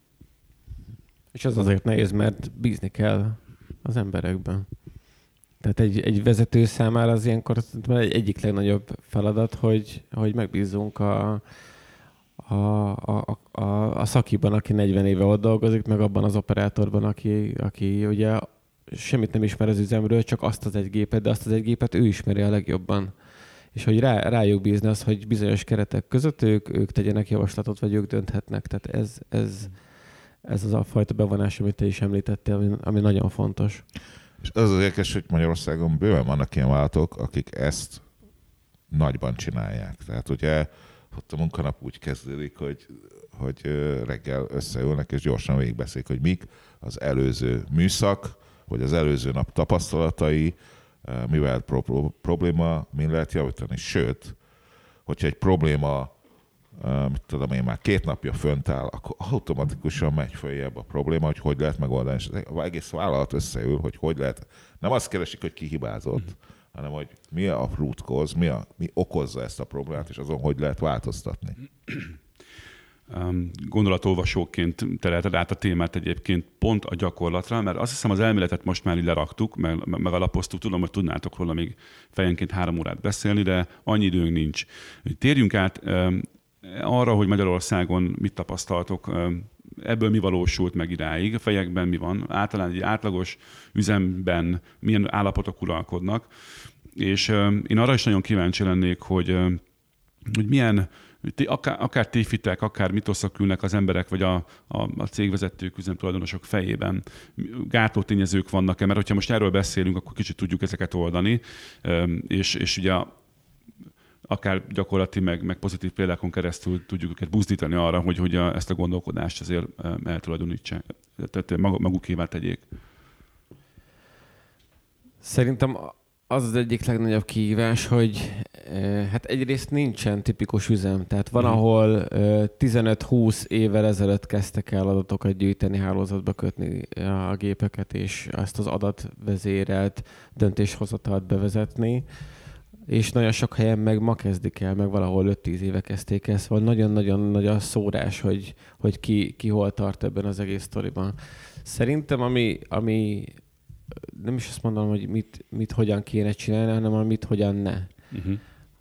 És az azért nehéz, mert bízni kell az emberekben. Tehát egy, egy vezető számára az ilyenkor egy egyik legnagyobb feladat, hogy, hogy megbízzunk a, a, a, a, a szakiban, aki negyven éve ott dolgozik, meg abban az operátorban, aki, aki ugye semmit nem ismer az üzemről, csak azt az egy gépet, de azt az egy gépet ő ismeri a legjobban. És hogy rá, rájuk bízni az, hogy bizonyos keretek között ők, ők tegyenek javaslatot, vagy ők dönthetnek. Tehát ez, ez, ez az a fajta bevonás, amit te is említettél, ami, ami nagyon fontos. És az az érdekes, hogy Magyarországon bőven vannak ilyen vállalatok, akik ezt nagyban csinálják. Tehát ugye ott a munkanap úgy kezdődik, hogy, hogy reggel összeülnek és gyorsan végigbeszélik, hogy mik az előző műszak, vagy az előző nap tapasztalatai, mivel pro- probléma, min lehet javítani. Sőt, hogyha egy probléma, mit tudom én, már két napja fönt áll, akkor automatikusan megy följebb a probléma, hogy hogy lehet megoldani. És az egész vállalat összeül, hogy hogy lehet. Nem azt keresik, hogy ki hibázott, mm. hanem hogy mi a root cause, mi, a, mi okozza ezt a problémát, és azon hogy lehet változtatni. Gondolatolvasóként terelted át a témát egyébként pont a gyakorlatra, mert azt hiszem az elméletet most már így leraktuk, meg, meg alapoztuk, tudom, hogy tudnátok róla még fejenként három órát beszélni, de annyi időnk nincs. Térjünk át arra, hogy Magyarországon mit tapasztaltok ebből mi valósult meg idáig, a fejekben mi van, általán egy átlagos üzemben milyen állapotok uralkodnak. És én arra is nagyon kíváncsi lennék, hogy, hogy milyen, akár, akár tévhitek, akár mitoszok ülnek az emberek, vagy a, a, a cégvezetők, üzemtulajdonosok fejében. Gátló tényezők vannak-e? Mert hogyha most erről beszélünk, akkor kicsit tudjuk ezeket oldani. És, és ugye akár gyakorlati, meg, meg pozitív példákon keresztül tudjuk őket buzdítani arra, hogy, hogy a, ezt a gondolkodást azért eltulajdonítsák, tehát magukévá tegyék. Szerintem az az egyik legnagyobb kihívás, hogy hát egyrészt nincsen tipikus üzem. Tehát van, ahol tizenöt-húsz évvel ezelőtt kezdtek el adatokat gyűjteni, hálózatba kötni a gépeket, és ezt az adatvezérelt döntéshozatalt bevezetni. És nagyon sok helyen meg ma kezdik el, meg valahol öt-tíz éve kezdték el. Szóval nagyon-nagyon nagy a szórás, hogy, hogy ki, ki hol tart ebben az egész sztoriban. Szerintem, ami, ami nem is azt mondom, hogy mit, mit hogyan kéne csinálni, hanem a mit hogyan ne. Uh-huh.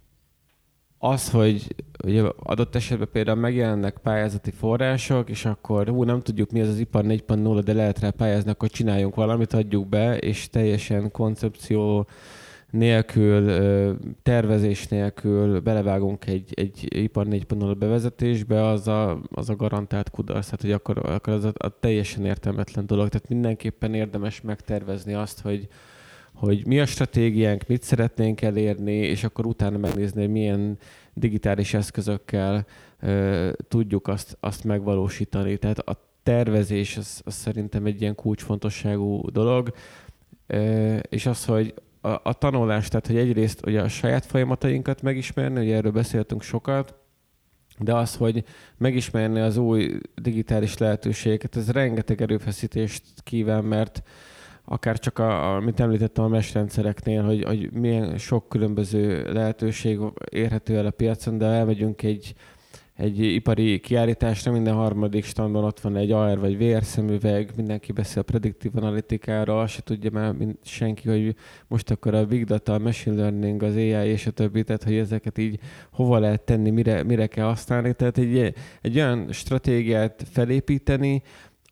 Az, hogy ugye adott esetben például megjelennek pályázati források, és akkor hú, nem tudjuk mi az az ipar négy pont nulla, de lehet rá pályázni, akkor csináljunk valamit, adjuk be, és teljesen koncepció nélkül, tervezés nélkül belevágunk egy, egy ipar négy pont nulla bevezetésbe, az a, az a garantált kudarc, tehát hogy akkor, akkor az a, a teljesen értelmetlen dolog. Tehát mindenképpen érdemes megtervezni azt, hogy, hogy mi a stratégiánk, mit szeretnénk elérni, és akkor utána megnézni, hogy milyen digitális eszközökkel uh, tudjuk azt, azt megvalósítani. Tehát a tervezés az, az szerintem egy ilyen kulcsfontosságú dolog, uh, és az, hogy A, a tanulás, tehát hogy egyrészt ugye a saját folyamatainkat megismerni, ugye erről beszéltünk sokat, de az, hogy megismerni az új digitális lehetőségeket, ez rengeteg erőfeszítést kíván, mert akár csak, a, amit említettem a mesrendszereknél, hogy, hogy milyen sok különböző lehetőség érhető el a piacon, de elmegyünk egy egy ipari kiállításra, minden harmadik standon ott van egy á er vagy vé er szemüveg, mindenki beszél prediktív analitikára, azt se tudja már senki, hogy most akkor a big data, a machine learning, az á i és a többi, tehát hogy ezeket így hova lehet tenni, mire, mire kell használni. Tehát egy, egy olyan stratégiát felépíteni,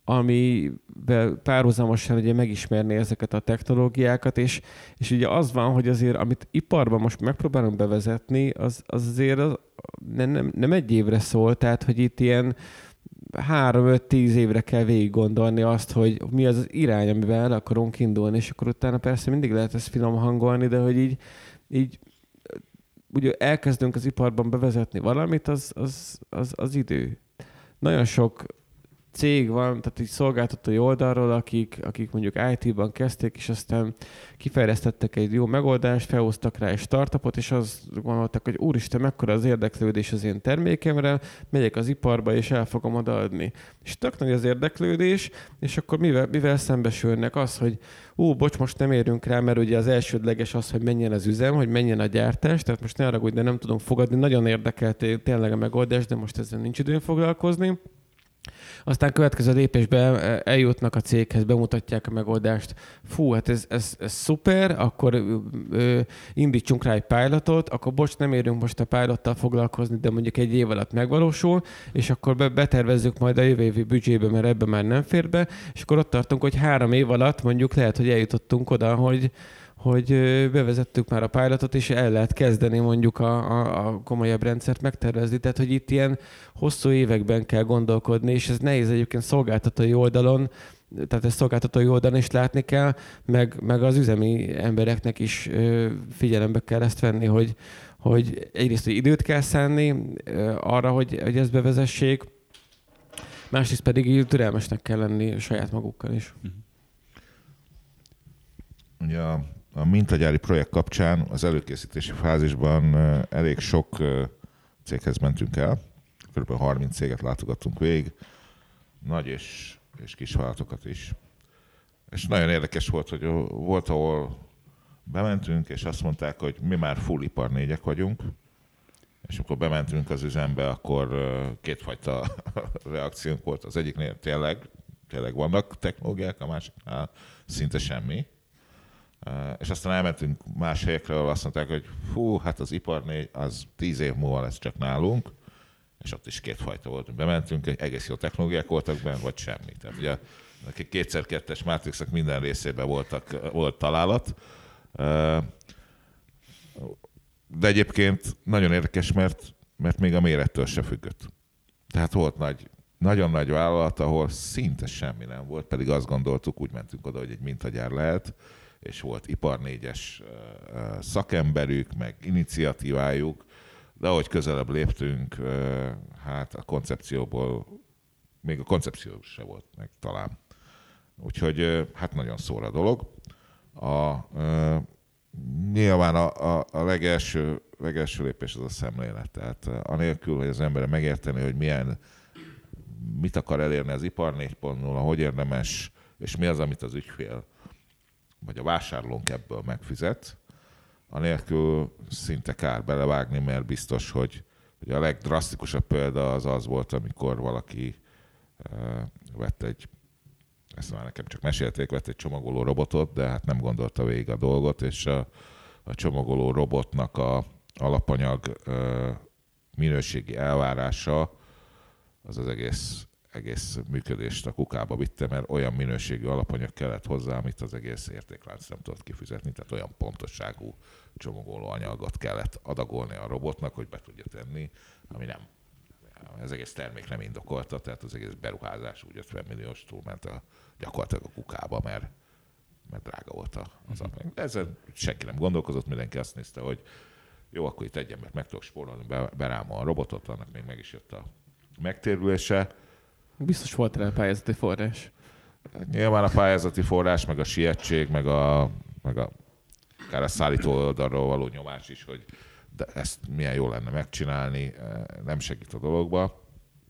amivel párhuzamosan ugye megismerni ezeket a technológiákat, és, és ugye az van, hogy azért, amit iparban most megpróbálunk bevezetni, az, az azért az nem, nem egy évre szól, tehát hogy itt ilyen három-öt-tíz évre kell végig gondolni azt, hogy mi az az irány, amivel el akarunk indulni, és akkor utána persze mindig lehet ezt finom hangolni, de hogy így, így ugye elkezdünk az iparban bevezetni valamit, az, az, az, az idő. Nagyon sok cég van, tehát így szolgáltatói oldalról, akik, akik mondjuk í té-ban kezdték, és aztán kifejlesztettek egy jó megoldást, felhoztak rá egy startupot, és azt gondoltak, hogy úristen, mekkora az érdeklődés az én termékemre, megyek az iparba, és el fogom odaadni. És tök nagy az érdeklődés, és akkor mivel, mivel szembesülnek az, hogy ú, bocs, most nem érünk rá, mert ugye az elsődleges az, hogy menjen az üzem, hogy menjen a gyártás, tehát most ne haragudj, de nem tudom fogadni, nagyon érdekelt tényleg a megoldás, de most ezzel nincs időn foglalkozni. Aztán következő lépésben eljutnak a céghez, bemutatják a megoldást. Fú, hát ez, ez, ez szuper, akkor ö, indítsunk rá egy pilotot, akkor bocs, nem érünk most a pilottal foglalkozni, de mondjuk egy év alatt megvalósul, és akkor be, betervezzük majd a jövő évi büdzsébe, mert ebbe már nem fér be, és akkor ott tartunk, hogy három év alatt mondjuk lehet, hogy eljutottunk oda, hogy hogy bevezettük már a pilotot, és el lehet kezdeni mondjuk a, a, a komolyabb rendszert megtervezni. Tehát, hogy itt ilyen hosszú években kell gondolkodni, és ez nehéz egyébként szolgáltatói oldalon, tehát ezt szolgáltatói oldalon is látni kell, meg, meg az üzemi embereknek is figyelembe kell ezt venni, hogy, hogy egyrészt hogy időt kell szánni arra, hogy, hogy ezt bevezessék, másrészt pedig türelmesnek kell lenni saját magukkal is. Ugye a, a mintagyári projekt kapcsán az előkészítési fázisban elég sok céghez mentünk el, kb. harminc céget látogattunk végig, nagy és, és kis vállalatokat is. És nagyon érdekes volt, hogy volt, ahol bementünk, és azt mondták, hogy mi már full ipar négyek vagyunk, és amikor bementünk az üzembe, akkor kétfajta reakciónk volt. Az egyiknél tényleg, tényleg vannak technológiák, a másiknál szinte semmi. És aztán elmentünk más helyekre, ahol azt mondták, hogy fú, hát az ipar négy, az tíz év múlva lesz csak nálunk, és ott is kétfajta volt. Bementünk, egész jó technológiák voltak benne, vagy semmi. Tehát ugye nekik kétszer-kettes Matrixok minden részében voltak, volt találat. De egyébként nagyon érdekes, mert, mert még a mérettől se függött. Tehát volt nagy, nagyon nagy vállalat, ahol szinte semmi nem volt, pedig azt gondoltuk, úgy mentünk oda, hogy egy mintagyár lehet, és volt ipar négyes szakemberük, meg iniciatívájuk, de ahogy közelebb léptünk, hát a koncepcióból, még a koncepció se volt meg talán. Úgyhogy hát nagyon szóra dolog. A, nyilván a, a, a legelső, legelső lépés az a szemlélet. Tehát anélkül, hogy az ember megérteni, hogy milyen, mit akar elérni az ipar négy pont nulla, hogy érdemes, és mi az, amit az ügyfél vagy a vásárlónk ebből megfizet, anélkül szinte kár belevágni, mert biztos, hogy, hogy a legdrasztikusabb példa az az volt, amikor valaki uh, vett egy, ezt már nekem csak mesélték, vett egy csomagoló robotot, de hát nem gondolta végig a dolgot, és a, a csomagoló robotnak a alapanyag uh, minőségi elvárása az az egész egész működést a kukába vitte, mert olyan minőségű alapanyag kellett hozzá, amit az egész értéklánc nem tudott kifizetni, tehát olyan pontosságú csomagoló anyagot kellett adagolni a robotnak, hogy be tudja tenni, ami nem. Ez egész termék nem indokolta, tehát az egész beruházás úgy ötven milliós túlment a, gyakorlatilag a kukába, mert, mert drága volt az alapanyag. De ezen senki nem gondolkozott, mindenki azt nézte, hogy jó, akkor itt egy embert meg tudok spórolni, berámol a robotot, annak még meg is jött a megtérülése. Biztos volt rá pályázati forrás. Nyilván a pályázati forrás, meg a sietség, meg a, meg a, akár a szállító oldalról való nyomás is, hogy de ezt milyen jó lenne megcsinálni, nem segít a dologba.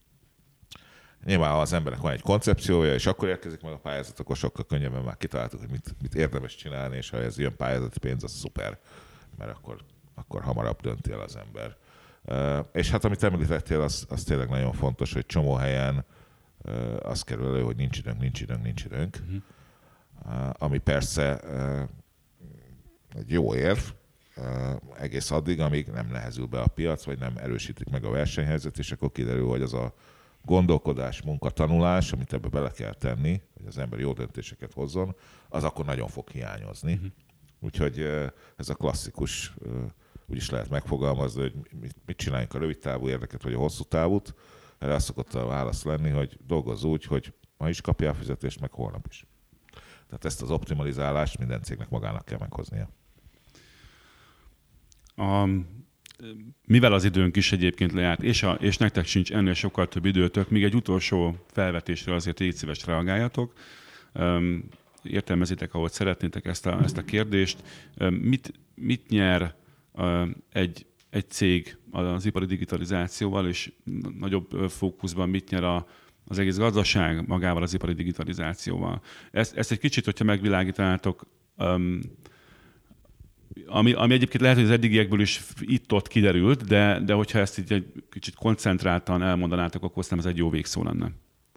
Nyilván, ha az emberek van egy koncepciója, és akkor érkezik meg a pályázat, akkor sokkal könnyebben már kitaláltuk, hogy mit, mit érdemes csinálni, és ha ez jön pályázati pénz, az szuper, mert akkor, akkor hamarabb dönti el az ember. És hát amit említettél, az, az tényleg nagyon fontos, hogy csomó helyen az kerül elő, hogy nincs időnk, nincs időnk, nincs időnk. Uh-huh. Ami persze egy jó érv, egész addig, amíg nem nehezül be a piac, vagy nem erősítik meg a versenyhelyzet, és akkor kiderül, hogy az a gondolkodás, munka, tanulás, amit ebbe bele kell tenni, hogy az ember jó döntéseket hozzon, az akkor nagyon fog hiányozni. Uh-huh. Úgyhogy ez a klasszikus, úgy is lehet megfogalmazni, hogy mit, mit csináljunk a rövid távú érdeket, vagy a hosszú távút. Erre azt szokott a válasz lenni, hogy dolgozz úgy, hogy ma is kapjál fizetést, meg holnap is. Tehát ezt az optimalizálást minden cégnek magának kell meghoznia. A, mivel az időnk is egyébként lejárt, és, a, és nektek sincs ennél sokkal több időtök, még egy utolsó felvetésre azért légy szíves reagáljatok. Értelmezitek, ahogy szeretnétek ezt a, ezt a kérdést. Mit, mit nyer egy egy cég az ipari digitalizációval, és nagyobb fókuszban mit nyer a, az egész gazdaság magával az ipari digitalizációval. Ezt, ezt egy kicsit, hogyha megvilágítanátok, um, ami, ami egyébként lehet, hogy az eddigiekből is itt-ott kiderült, de, de hogyha ezt így egy kicsit koncentráltan elmondanátok, akkor nem ez egy jó végszó lenne.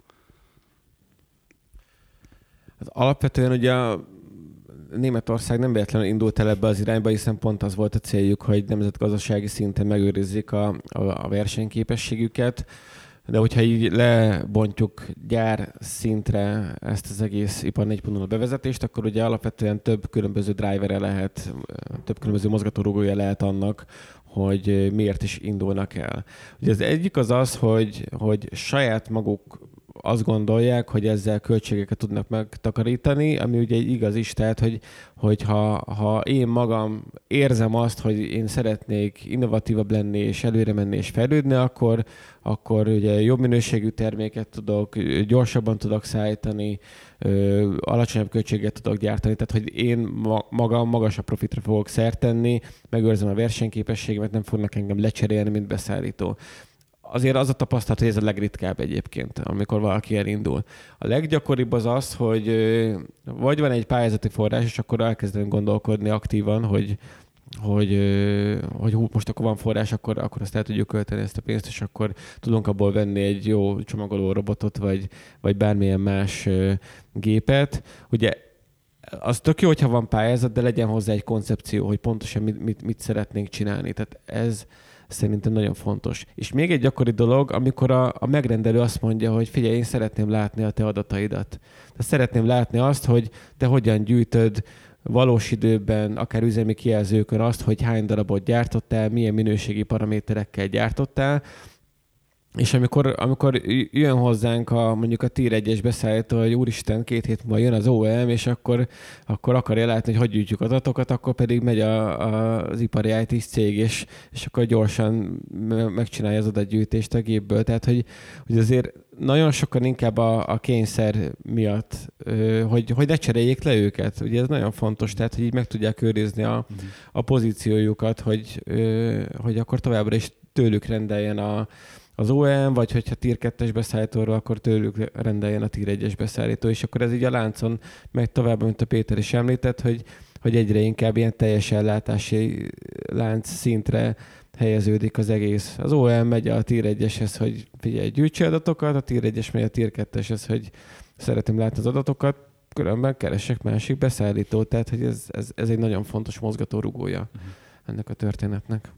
Hát alapvetően ugye Németország nem véletlenül indult el ebbe az irányba, hiszen pont az volt a céljuk, hogy nemzetgazdasági szinten megőrizzék a, a, a versenyképességüket, de hogyha így lebontjuk gyár szintre ezt az egész ipar négy pont nulla bevezetést, akkor ugye alapvetően több különböző drivere lehet, több különböző mozgatórugója lehet annak, hogy miért is indulnak el. Ugye az egyik az az, hogy, hogy saját maguk azt gondolják, hogy ezzel költségeket tudnak megtakarítani, ami ugye igaz is, tehát, hogy, hogy ha, ha én magam érzem azt, hogy én szeretnék innovatívabb lenni, és előre menni, és fejlődni, akkor, akkor ugye jobb minőségű terméket tudok, gyorsabban tudok szállítani, alacsonyabb költséget tudok gyártani, tehát, hogy én magam magasabb profitra fogok szert tenni, megőrzem a versenyképességemet, nem fognak engem lecserélni, mint beszállító. Azért az a tapasztalat, hogy ez a legritkább egyébként, amikor valaki elindul. A leggyakoribb az az, hogy vagy van egy pályázati forrás, és akkor elkezdünk gondolkodni aktívan, hogy, hogy, hogy hú, most akkor van forrás, akkor, akkor azt el tudjuk költeni ezt a pénzt, és akkor tudunk abból venni egy jó csomagoló robotot, vagy, vagy bármilyen más gépet. Ugye az tök jó, hogyha van pályázat, de legyen hozzá egy koncepció, hogy pontosan mit, mit, mit szeretnénk csinálni. Tehát ez szerintem nagyon fontos. És még egy gyakori dolog, amikor a, a megrendelő azt mondja, hogy figyelj, én szeretném látni a te adataidat. Tehát szeretném látni azt, hogy te hogyan gyűjtöd valós időben, akár üzemi kijelzőkön azt, hogy hány darabot gyártottál, milyen minőségi paraméterekkel gyártottál, és amikor, amikor jön hozzánk a, mondjuk a Tier egyes beszállító, hogy úristen, két hét múlva jön az o e em, és akkor, akkor akarja látni, hogy hogy gyűjtjük az adatokat, akkor pedig megy a, a, az ipari i té cég, és, és akkor gyorsan megcsinálja az adatgyűjtést a gépből. Tehát, hogy, hogy azért nagyon sokan inkább a, a kényszer miatt, hogy, hogy ne cseréljék le őket. Ugye ez nagyon fontos, tehát, hogy így meg tudják őrizni a, a pozíciójukat, hogy, hogy akkor továbbra is tőlük rendeljen a az o e em, vagy hogyha Tier kettes beszállítóról, akkor tőlük rendeljen a Tier egyes beszállító, és akkor ez így a láncon megy tovább, mint a Péter is említett, hogy, hogy egyre inkább ilyen teljes ellátási lánc szintre helyeződik az egész. Az o e em megy a Tier egyeshez, hogy figyelj, gyűjtse adatokat, a Tier egyes megy a Tier ketteshez, hogy szeretném látni az adatokat, különben keresek másik beszállítót, tehát hogy ez, ez, ez egy nagyon fontos mozgatórugója uh-huh. ennek a történetnek.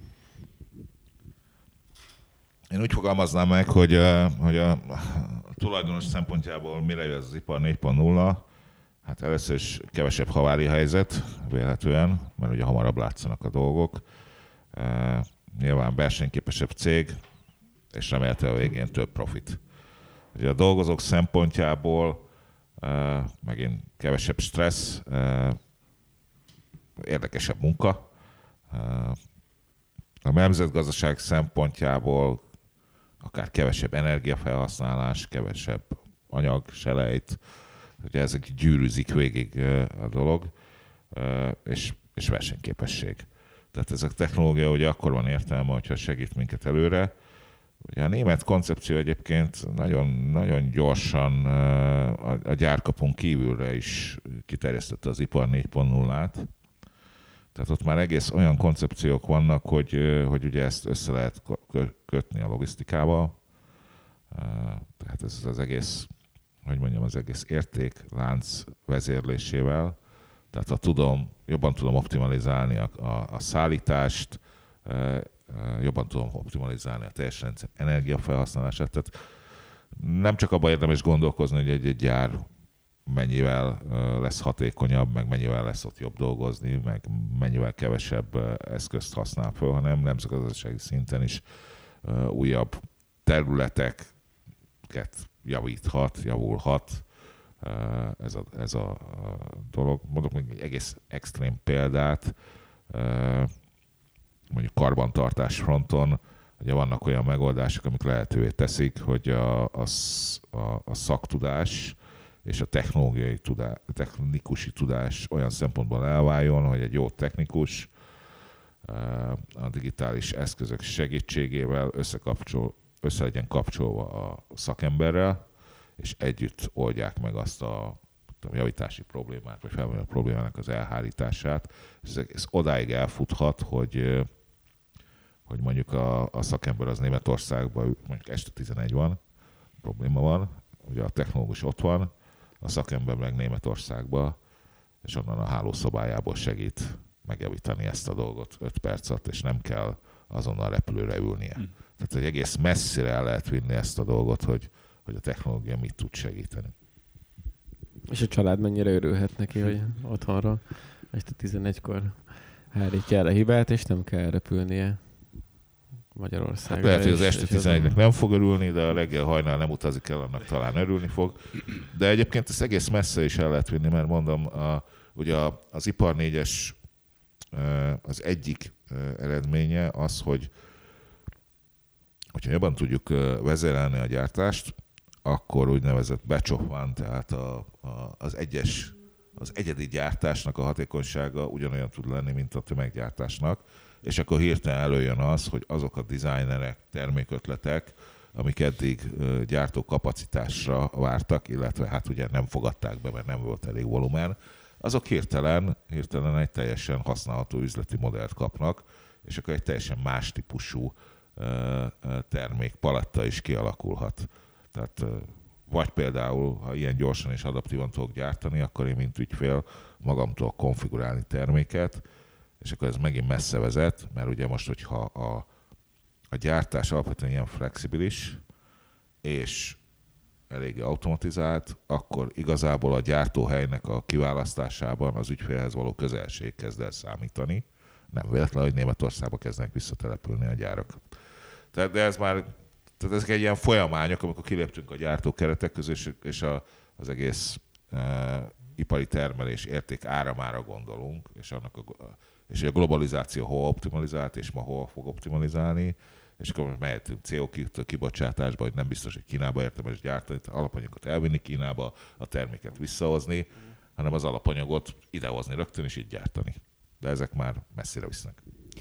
Én úgy fogalmaznám meg, hogy, hogy a tulajdonos szempontjából mire jön az ipar négy pont nulla, hát először is kevesebb havári helyzet véletlenül, mert ugye hamarabb látszanak a dolgok. Nyilván versenyképesebb cég, és remélhetően a végén több profit. Ugye a dolgozók szempontjából megint kevesebb stressz, érdekesebb munka. A nemzetgazdaság szempontjából akár kevesebb energiafelhasználás, kevesebb anyag, selejt, ugye ezek gyűrűzik végig a dolog, és, és versenyképesség. Tehát ez a technológia ugye akkor van értelme, hogyha segít minket előre. Ugye a német koncepció egyébként nagyon, nagyon gyorsan a, a gyárkapun kívülre is kiterjesztette az ipar négy pont nullát. Tehát ott már egész olyan koncepciók vannak, hogy, hogy ugye ezt össze lehet kötni a logisztikával. Tehát ez az egész, hogy mondjam, az egész értéklánc vezérlésével. Tehát ha tudom, jobban tudom optimalizálni a, a, a szállítást, jobban tudom optimalizálni a teljes rendszer energiafelhasználását. Tehát nem csak abban érdemes gondolkozni, hogy egy, egy gyár mennyivel lesz hatékonyabb, meg mennyivel lesz ott jobb dolgozni, meg mennyivel kevesebb eszközt használ föl, hanem nemzetgazdasági szinten is újabb területeket javíthat, javulhat ez a, ez a dolog. Mondok még egy egész extrém példát, mondjuk karbantartás fronton, ugye vannak olyan megoldások, amik lehetővé teszik, hogy a, a, a, a szaktudás és a technológiai tudás, a technikusi tudás olyan szempontból elváljon, hogy egy jó technikus a digitális eszközök segítségével összekapcsol, össze legyen kapcsolva a szakemberrel, és együtt oldják meg azt a tudom, javítási problémát, vagy felmerülő problémának az elhárítását. Ez, ez odáig elfuthat, hogy, hogy mondjuk a, a szakember az Németországban, mondjuk este tizenegy van, probléma van, ugye a technológus ott van, a szakember meg Németországba, és onnan a hálószobájából segít megjavítani ezt a dolgot öt perc alatt, és nem kell azonnal repülőre ülnie. Hmm. Tehát egy egész messzire el lehet vinni ezt a dolgot, hogy, hogy a technológia mit tud segíteni. És a család mennyire örülhet neki, hogy otthonra este tizenegykor hárítja el a hibát, és nem kell repülnie Magyarországra. Hát lehet, hogy az este tizenegynek nem fog örülni, de a reggel hajnal nem utazik el, annak talán örülni fog. De egyébként ezt egész messze is el lehet vinni, mert mondom, a, ugye az ipar négyes az egyik eredménye az, hogy hogyha jobban tudjuk vezérelni a gyártást, akkor úgynevezett batch of one, tehát a, a, az egyes, az egyedi gyártásnak a hatékonysága ugyanolyan tud lenni, mint a tömeggyártásnak, és akkor hirtelen előjön az, hogy azok a designerek, termékötletek, amik eddig gyártó kapacitásra vártak, illetve hát ugye nem fogadták be, mert nem volt elég volumen, azok hirtelen, hirtelen egy teljesen használható üzleti modellt kapnak, és akkor egy teljesen más típusú termékpaletta is kialakulhat. Tehát vagy például, ha ilyen gyorsan és adaptívan tudok gyártani, akkor én, mint ügyfél, magamtól konfigurálni terméket, és akkor ez megint messze vezet, mert ugye most, hogyha a a gyártás alapvetően ilyen flexibilis, és eléggé automatizált, akkor igazából a gyártóhelynek a kiválasztásában az ügyfélhez való közelség kezd el számítani. Nem véletlen, hogy Németországba kezdenek visszatelepülni a gyárak. Tehát, de ez már, tehát ezek egy ilyen folyamányok, amikor kiléptünk a gyártókeretek közül, és a, az egész e, ipari termelés érték áramára gondolunk, és, annak a, és a globalizáció hol optimalizált, és ma hol fog optimalizálni, és akkor most mehetünk cé o kettő kibocsátásba, hogy nem biztos, hogy Kínába érdemes gyártani, alapanyagokat elvinni Kínába, a terméket visszahozni, hanem az alapanyagot idehozni rögtön, és így gyártani. De ezek már messzire visznek.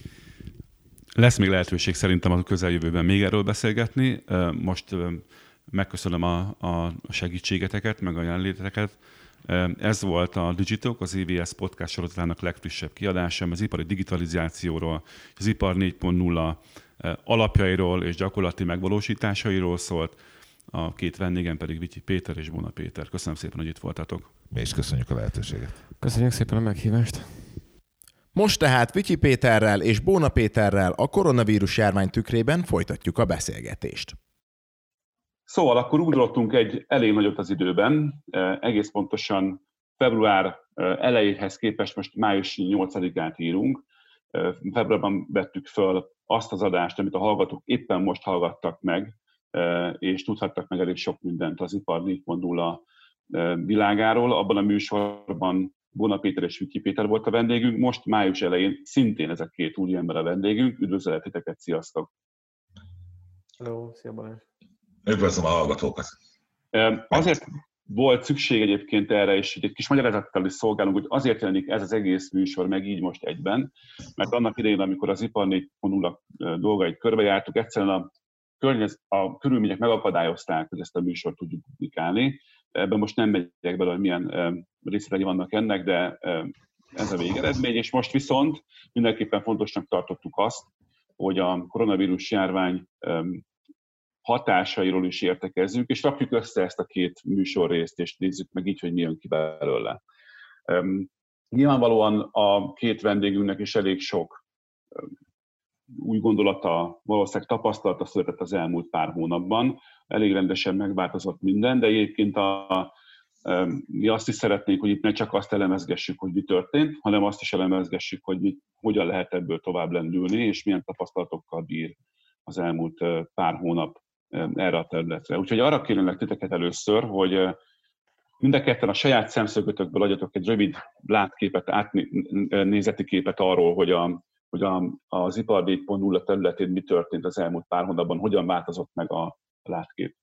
Lesz még lehetőség szerintem a közeljövőben még erről beszélgetni. Most megköszönöm a, a segítségeteket, meg a jelenléteteket. Ez volt a Digitalk, az i vé es podcast sorozatának legfrissebb kiadása, az ipari digitalizációról, az ipar négy pont nulla alapjairól és gyakorlati megvalósításairól szólt. A két vendégem pedig Vityi Péter és Bóna Péter. Köszönöm szépen, hogy itt voltatok. Mi is köszönjük a lehetőséget. Köszönjük szépen a meghívást. Most tehát Vityi Péterrel és Bóna Péterrel a koronavírus járvány tükrében folytatjuk a beszélgetést. Szóval akkor ugrottunk egy elég nagyot az időben, egész pontosan február elejéhez képest most május nyolcadikát írunk. Februárban vettük föl azt az adást, amit a hallgatók éppen most hallgattak meg, és tudhattak meg elég sok mindent az ipar négy pont nulla világáról. Abban a műsorban Bóna Péter és Vityi Péter volt a vendégünk, most május elején szintén ezek két úriember a vendégünk. Üdvözöllek titeket, sziasztok! Hello, szia Balázs! Üdvözlöm a hallgatókat! Azért volt szükség egyébként erre, és egy kis magyarázattal is szolgálunk, hogy azért jelenik ez az egész műsor meg így most egyben, mert annak idején, amikor az ipar négy pont nulla dolgait körbejártuk, egyszerűen a, környez, a körülmények megakadályozták, hogy ezt a műsort tudjuk publikálni. Ebben most nem megyek bele, hogy milyen részletei vannak ennek, de ez a végeredmény, és most viszont mindenképpen fontosnak tartottuk azt, hogy a koronavírus járvány hatásairól is értekezzünk, és rakjuk össze ezt a két műsorrészt, és nézzük meg így, hogy mi jön ki belőle. Um, nyilvánvalóan a két vendégünknek is elég sok um, új gondolata, valószínűleg tapasztalata született az elmúlt pár hónapban. Elég rendesen megváltozott minden, de egyébként a, um, mi azt is szeretnénk, hogy itt ne csak azt elemezgessük, hogy mi történt, hanem azt is elemezgessük, hogy mi, hogyan lehet ebből tovább lendülni, és milyen tapasztalatokkal bír az elmúlt uh, pár hónap erre a területre. Úgyhogy arra kérlek titeket először, hogy mind a ketten a saját szemszögötökből adjatok egy rövid látképet, átnézeti képet arról, hogy, a, hogy a, az ipar négy pont nulla területén mi történt az elmúlt pár hónapban, hogyan változott meg a, a látkép.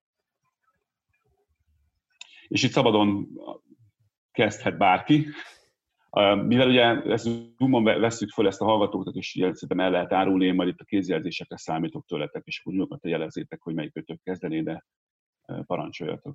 És itt szabadon kezdhet bárki. Mivel ugye ezt Zoomon vesszük föl ezt a hallgatókat, és szerintem el lehet árulni, én majd itt a kézjelzésekre számítok tőletek, és akkor nyugodtan jelezzétek, hogy melyik kötök kezdené, de parancsoljatok.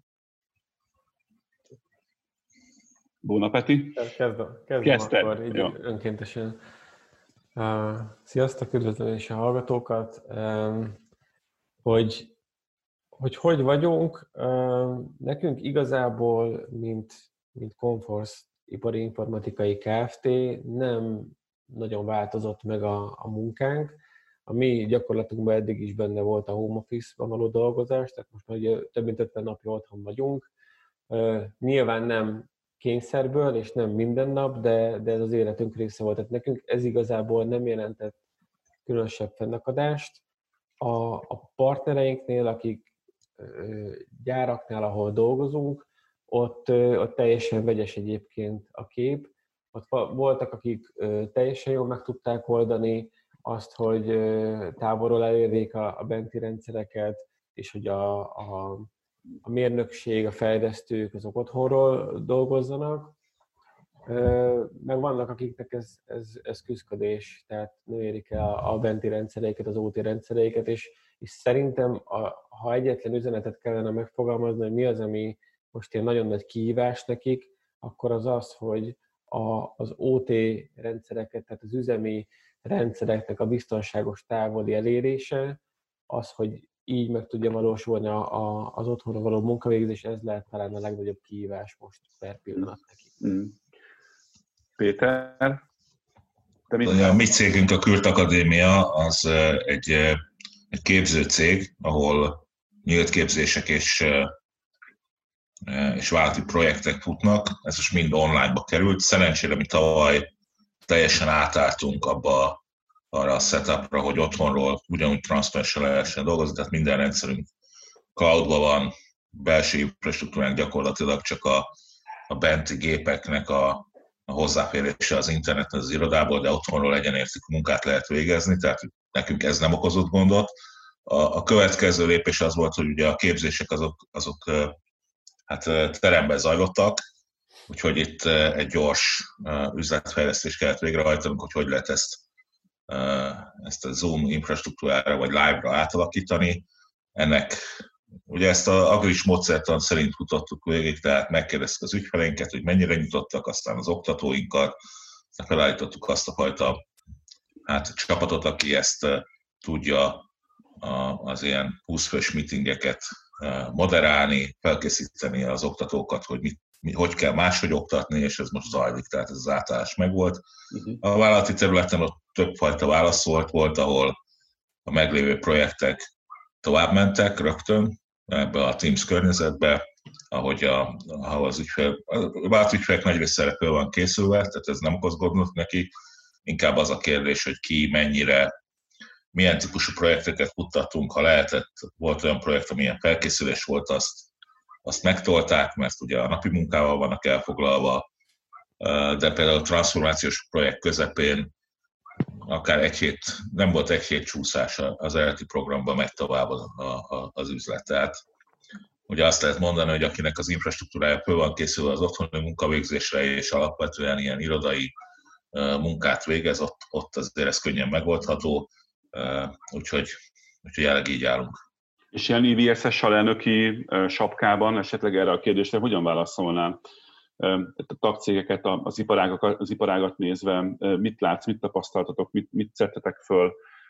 Bóna Peti? Kezdem, kezdem akkor így önkéntesen. Uh, sziasztok, üdvözlöm is a hallgatókat. Um, hogy, hogy hogy vagyunk, um, nekünk igazából, mint, mint Conforce Ipari Informatikai Kft. Nem nagyon változott meg a, a munkánk. A mi gyakorlatunkban eddig is benne volt a home office-ban való dolgozás, tehát most már ugye több mint ötven napja otthon vagyunk. Uh, nyilván nem kényszerből, és nem minden nap, de, de ez az életünk része volt. Tehát nekünk ez igazából nem jelentett különösebb fennakadást. A, a partnereinknél, akik uh, gyáraknál, ahol dolgozunk, Ott, ott teljesen vegyes egyébként a kép. Ott voltak, akik teljesen jól meg tudták oldani azt, hogy távolról elérjék a, a benti rendszereket, és hogy a, a, a mérnökség, a fejlesztők, azok otthonról dolgozzanak. Meg vannak, akiknek ez, ez, ez küszködés, tehát nem érik el a, a benti rendszereiket, az ó té rendszereiket, és, és szerintem, a, ha egyetlen üzenetet kellene megfogalmazni, hogy mi az, ami most ilyen nagyon nagy kihívás nekik, akkor az az, hogy a, az ó té rendszereket, tehát az üzemi rendszereknek a biztonságos távoli elérése, az, hogy így meg tudja valósulni a, a, az otthonra való munkavégzés, ez lehet talán a legnagyobb kihívás most per pillanat neki. Mm. Péter? A mi cégünk, a Kürt Akadémia, az egy egy képzőcég, ahol nyílt képzések és, és vállalati projektek futnak. Ez most mind online-ba került. Szerencsére mi tavaly teljesen átálltunk abba arra a setupra, hogy otthonról ugyanúgy transzparensen lehessen dolgozni, tehát minden rendszerünk cloudban van, belső infrastruktúránk gyakorlatilag csak a, a benti gépeknek a, a hozzáférése az interneten az irodából, de otthonról egyenértékű munkát lehet végezni, tehát nekünk ez nem okozott gondot. A, a következő lépés az volt, hogy ugye a képzések azok, azok hát teremben zajlottak, úgyhogy itt egy gyors üzletfejlesztést kellett végrehajtanunk, hogy hogy lehet ezt, ezt a Zoom infrastruktúrára vagy live-ra átalakítani. Ennek ugye ezt az agilis módszertan szerint kutattuk végig, tehát megkérdeztük az ügyfeleinket, hogy mennyire nyitottak, aztán az oktatóinkat, felállítottuk azt a fajta hát, csapatot, aki ezt tudja az ilyen húsz fős meetingeket moderálni, felkészíteni az oktatókat, hogy mit, hogy kell máshogy oktatni, és ez most zajlik, tehát ez az átállás megvolt. Uh-huh. A vállalati területen ott többfajta válasz volt, volt, ahol a meglévő projektek tovább mentek rögtön ebbe a Teams környezetbe, ahogy a, ahol az ügyfél, a vállalati ügyfelek nagy része föl van készülve, tehát ez nem okoz gondot neki, inkább az a kérdés, hogy ki mennyire, milyen típusú projekteket futtattunk, ha lehetett, volt olyan projekt, amilyen felkészülés volt, azt, azt megtolták, mert ugye a napi munkával vannak elfoglalva, de például a transformációs projekt közepén akár egy hét, nem volt egy hét csúszás az eredeti programban, megy tovább az üzlet. Tehát ugye azt lehet mondani, hogy akinek az infrastruktúrája föl van készülve az otthoni munkavégzésre, és alapvetően ilyen irodai munkát végez, ott, ott azért ez könnyen megoldható, úgyhogy, úgyhogy jelenleg így állunk. És ilyen I V S S alelnöki sapkában esetleg erre a kérdésre hogyan válaszolnál? A tagcégeket, az iparágat, az iparágat nézve, mit látsz, mit tapasztaltatok, mit, mit szedtetek föl?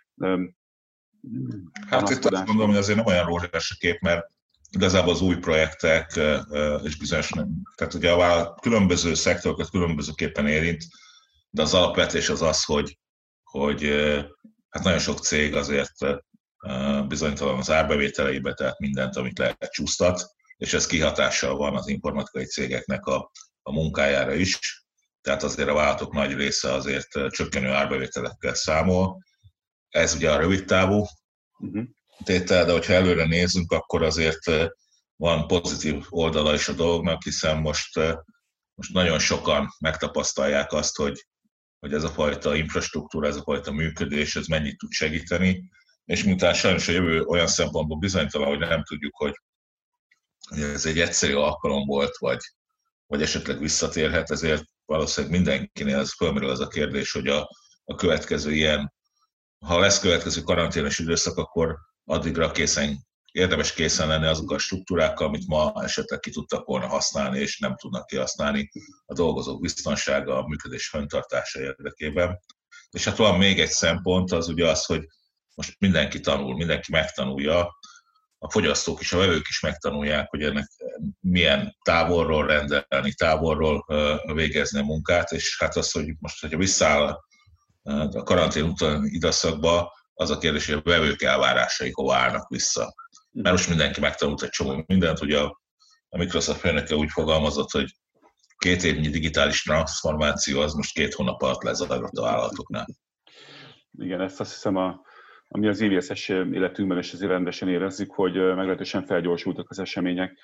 Hát itt azt mondom, hogy azért nem olyan rózsás a kép, mert igazából az új projektek és bizonyos nem. Tehát ugye a különböző szektorokat különbözőképpen érint, de az alapvetés az az, hogy, hogy hát nagyon sok cég azért bizonytalan az árbevételeibe, tehát mindent, amit lehet csúsztat, és ez kihatással van az informatikai cégeknek a, a munkájára is. Tehát azért a vállalatok nagy része azért csökkenő árbevételekkel számol. Ez ugye a rövid távú tétel, de hogyha előre nézzünk, akkor azért van pozitív oldala is a dolognak, hiszen most, most nagyon sokan megtapasztalják azt, hogy, hogy ez a fajta infrastruktúra, ez a fajta működés, ez mennyit tud segíteni, és miután sajnos a jövő olyan szempontból bizonytalan, hogy nem tudjuk, hogy hogy ez egy egyszerű alkalom volt, vagy, vagy esetleg visszatérhet, ezért valószínűleg mindenkinél ez fölmerül az a kérdés, hogy a, a következő ilyen, ha lesz következő karanténos időszak, akkor addigra készen, érdemes készen lenni azok a struktúrákkal, amit ma esetleg ki tudtak volna használni, és nem tudnak kihasználni a dolgozók biztonsága, a működés fenntartása érdekében. És hát van még egy szempont, az ugye az, hogy most mindenki tanul, mindenki megtanulja, a fogyasztók is, a vevők is megtanulják, hogy ennek milyen távolról rendelni, távolról végezni a munkát, és hát az, hogy most, hogyha visszáll a karantén utáni időszakba, az a kérdés, hogy a vevők elvárásai hova állnak vissza. Mert most mindenki megtanult egy csomó mindent, ugye a, a Microsoft főnöke úgy fogalmazott, hogy két évnyi digitális transformáció az most két hónap alatt lezajlott a vállalatoknál. Igen, ezt azt hiszem a ami az I V S S életünkben is azért rendesen érezzük, hogy meglehetősen felgyorsultak az események.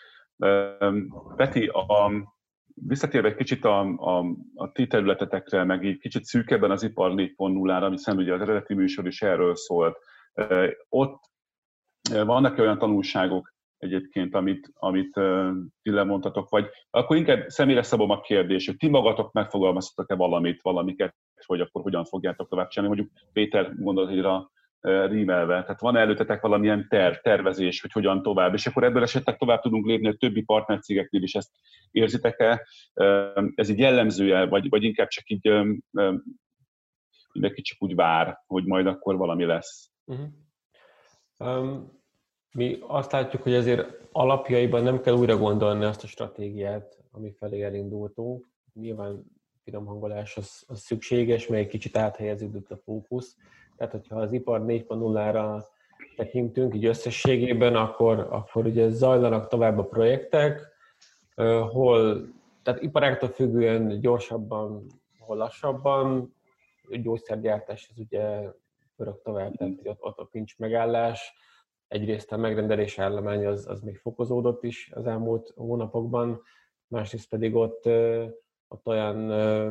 Peti, a, visszatérve egy kicsit a, a, a ti területetekre, meg így kicsit szűkebben az ipar négy pont nullára, hiszen ugye az eredeti műsor is erről szólt. Ott vannak olyan tanulságok egyébként, amit, amit ti lemondtatok, vagy akkor inkább személyre szabom a kérdés, hogy ti magatok megfogalmaztatok-e valamit, valamiket, hogy akkor hogyan fogjátok tovább csinálni, mondjuk Péter gondolatira rímelve. Tehát van előttetek valamilyen terv, tervezés, hogy hogyan tovább, és akkor ebből esetleg tovább tudunk lépni, hogy többi partnercégeknél is ezt érzitek-e? Ez így jellemzője, vagy, vagy inkább csak így mindenki csak úgy vár, hogy majd akkor valami lesz? Uh-huh. Um, mi azt látjuk, hogy azért alapjaiban nem kell újra gondolni azt a stratégiát, ami felé elindultunk. Nyilván finomhangolás az, az szükséges, mert egy kicsit áthelyeződött a fókusz. Tehát, hogyha az ipar négy pont nullára tekintünk így összességében, akkor, akkor ugye zajlanak tovább a projektek, hol, tehát iparáktól függően gyorsabban, hol lassabban, gyógyszergyártás az ugye pörög tovább, tehát ott, ott, ott nincs megállás. Egyrészt a megrendelés állomány az, az még fokozódott is az elmúlt hónapokban, másrészt pedig ott, ott olyan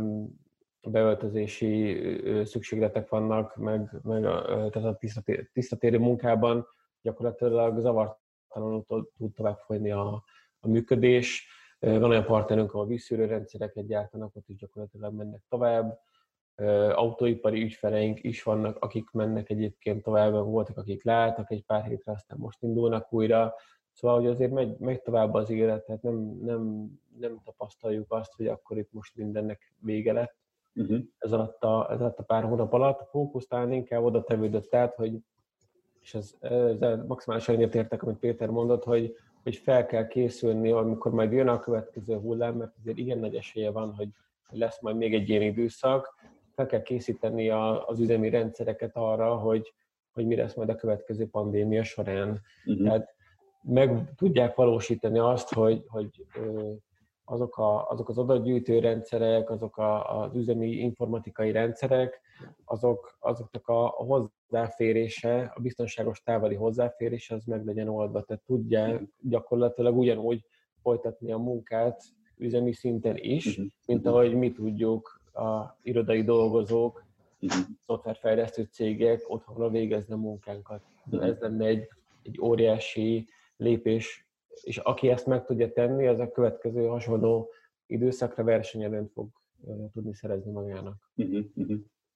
beöltözési szükségletek vannak, meg, meg tehát a tisztatérő munkában gyakorlatilag zavartalanul tud tovább folyni a, a működés. Van olyan partnerünk, ahol vízszűrőrendszereket gyártanak, ott is gyakorlatilag mennek tovább. Autóipari ügyfeleink is vannak, akik mennek egyébként tovább, voltak, akik leálltak egy pár hétre, aztán most indulnak újra. Szóval, hogy azért megy, megy tovább az élet, tehát nem, nem, nem tapasztaljuk azt, hogy akkor itt most mindennek vége lett. Uh-huh. Ez, alatt a, ez alatt a pár hónap alatt a fókusz talán inkább oda tevődött át, hogy, és ez, ezzel maximálisan egyetértek, amit Péter mondott, hogy, hogy fel kell készülni, amikor majd jön a következő hullám, mert azért igen nagy esélye van, hogy lesz majd még egy ilyen időszak, fel kell készíteni a, az üzemi rendszereket arra, hogy, hogy mi lesz majd a következő pandémia során. Uh-huh. Tehát meg tudják valósítani azt, hogy, hogy azok, a, azok az adatgyűjtő rendszerek, azok a, az üzemi informatikai rendszerek, azok, azoknak a hozzáférése, a biztonságos távoli hozzáférése, az meg legyen oldva. Tehát tudják gyakorlatilag ugyanúgy folytatni a munkát üzemi szinten is, mint ahogy mi tudjuk a irodai dolgozók, szoftverfejlesztő cégek otthonról végezni a munkánkat. Ez lenne egy, egy óriási lépés, és aki ezt meg tudja tenni, az a következő hasonló időszakra versenyelőnyt fog uh, tudni szerezni magának. Uh-huh, uh-huh.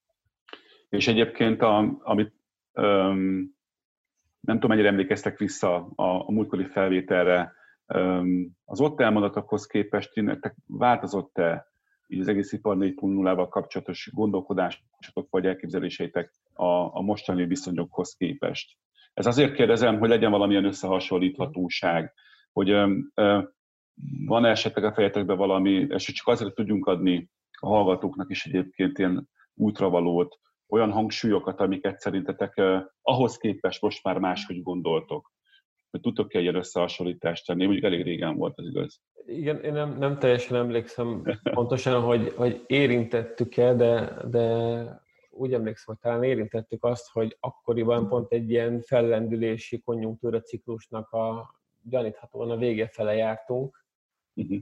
És egyébként, a, amit um, nem tudom, mennyire emlékeztek vissza a, a múltkori felvételre, um, az ott elmondatokhoz képest nektek változott-e így az egész ipar négy pont nullával kapcsolatos gondolkodásotok vagy elképzeléseitek a, a mostani viszonyokhoz képest? Ez azért kérdezem, hogy legyen valamilyen összehasonlíthatóság, hogy ö, ö, van esetleg a fejetekben valami, és csak azért tudjunk adni a hallgatóknak is egyébként ilyen útravalót, olyan hangsúlyokat, amiket szerintetek ö, ahhoz képest most már máshogy gondoltok. Hogy tudtok-e ilyen összehasonlítást tenni? Mondjuk elég régen volt, az igaz. Igen, én nem, nem teljesen emlékszem pontosan, hogy, hogy érintettük-e, de, de úgy emlékszem, hogy talán érintettük azt, hogy akkoriban pont egy ilyen fellendülési konjunktúra ciklusnak a gyaníthatóan a vége fele jártunk. Uh-huh.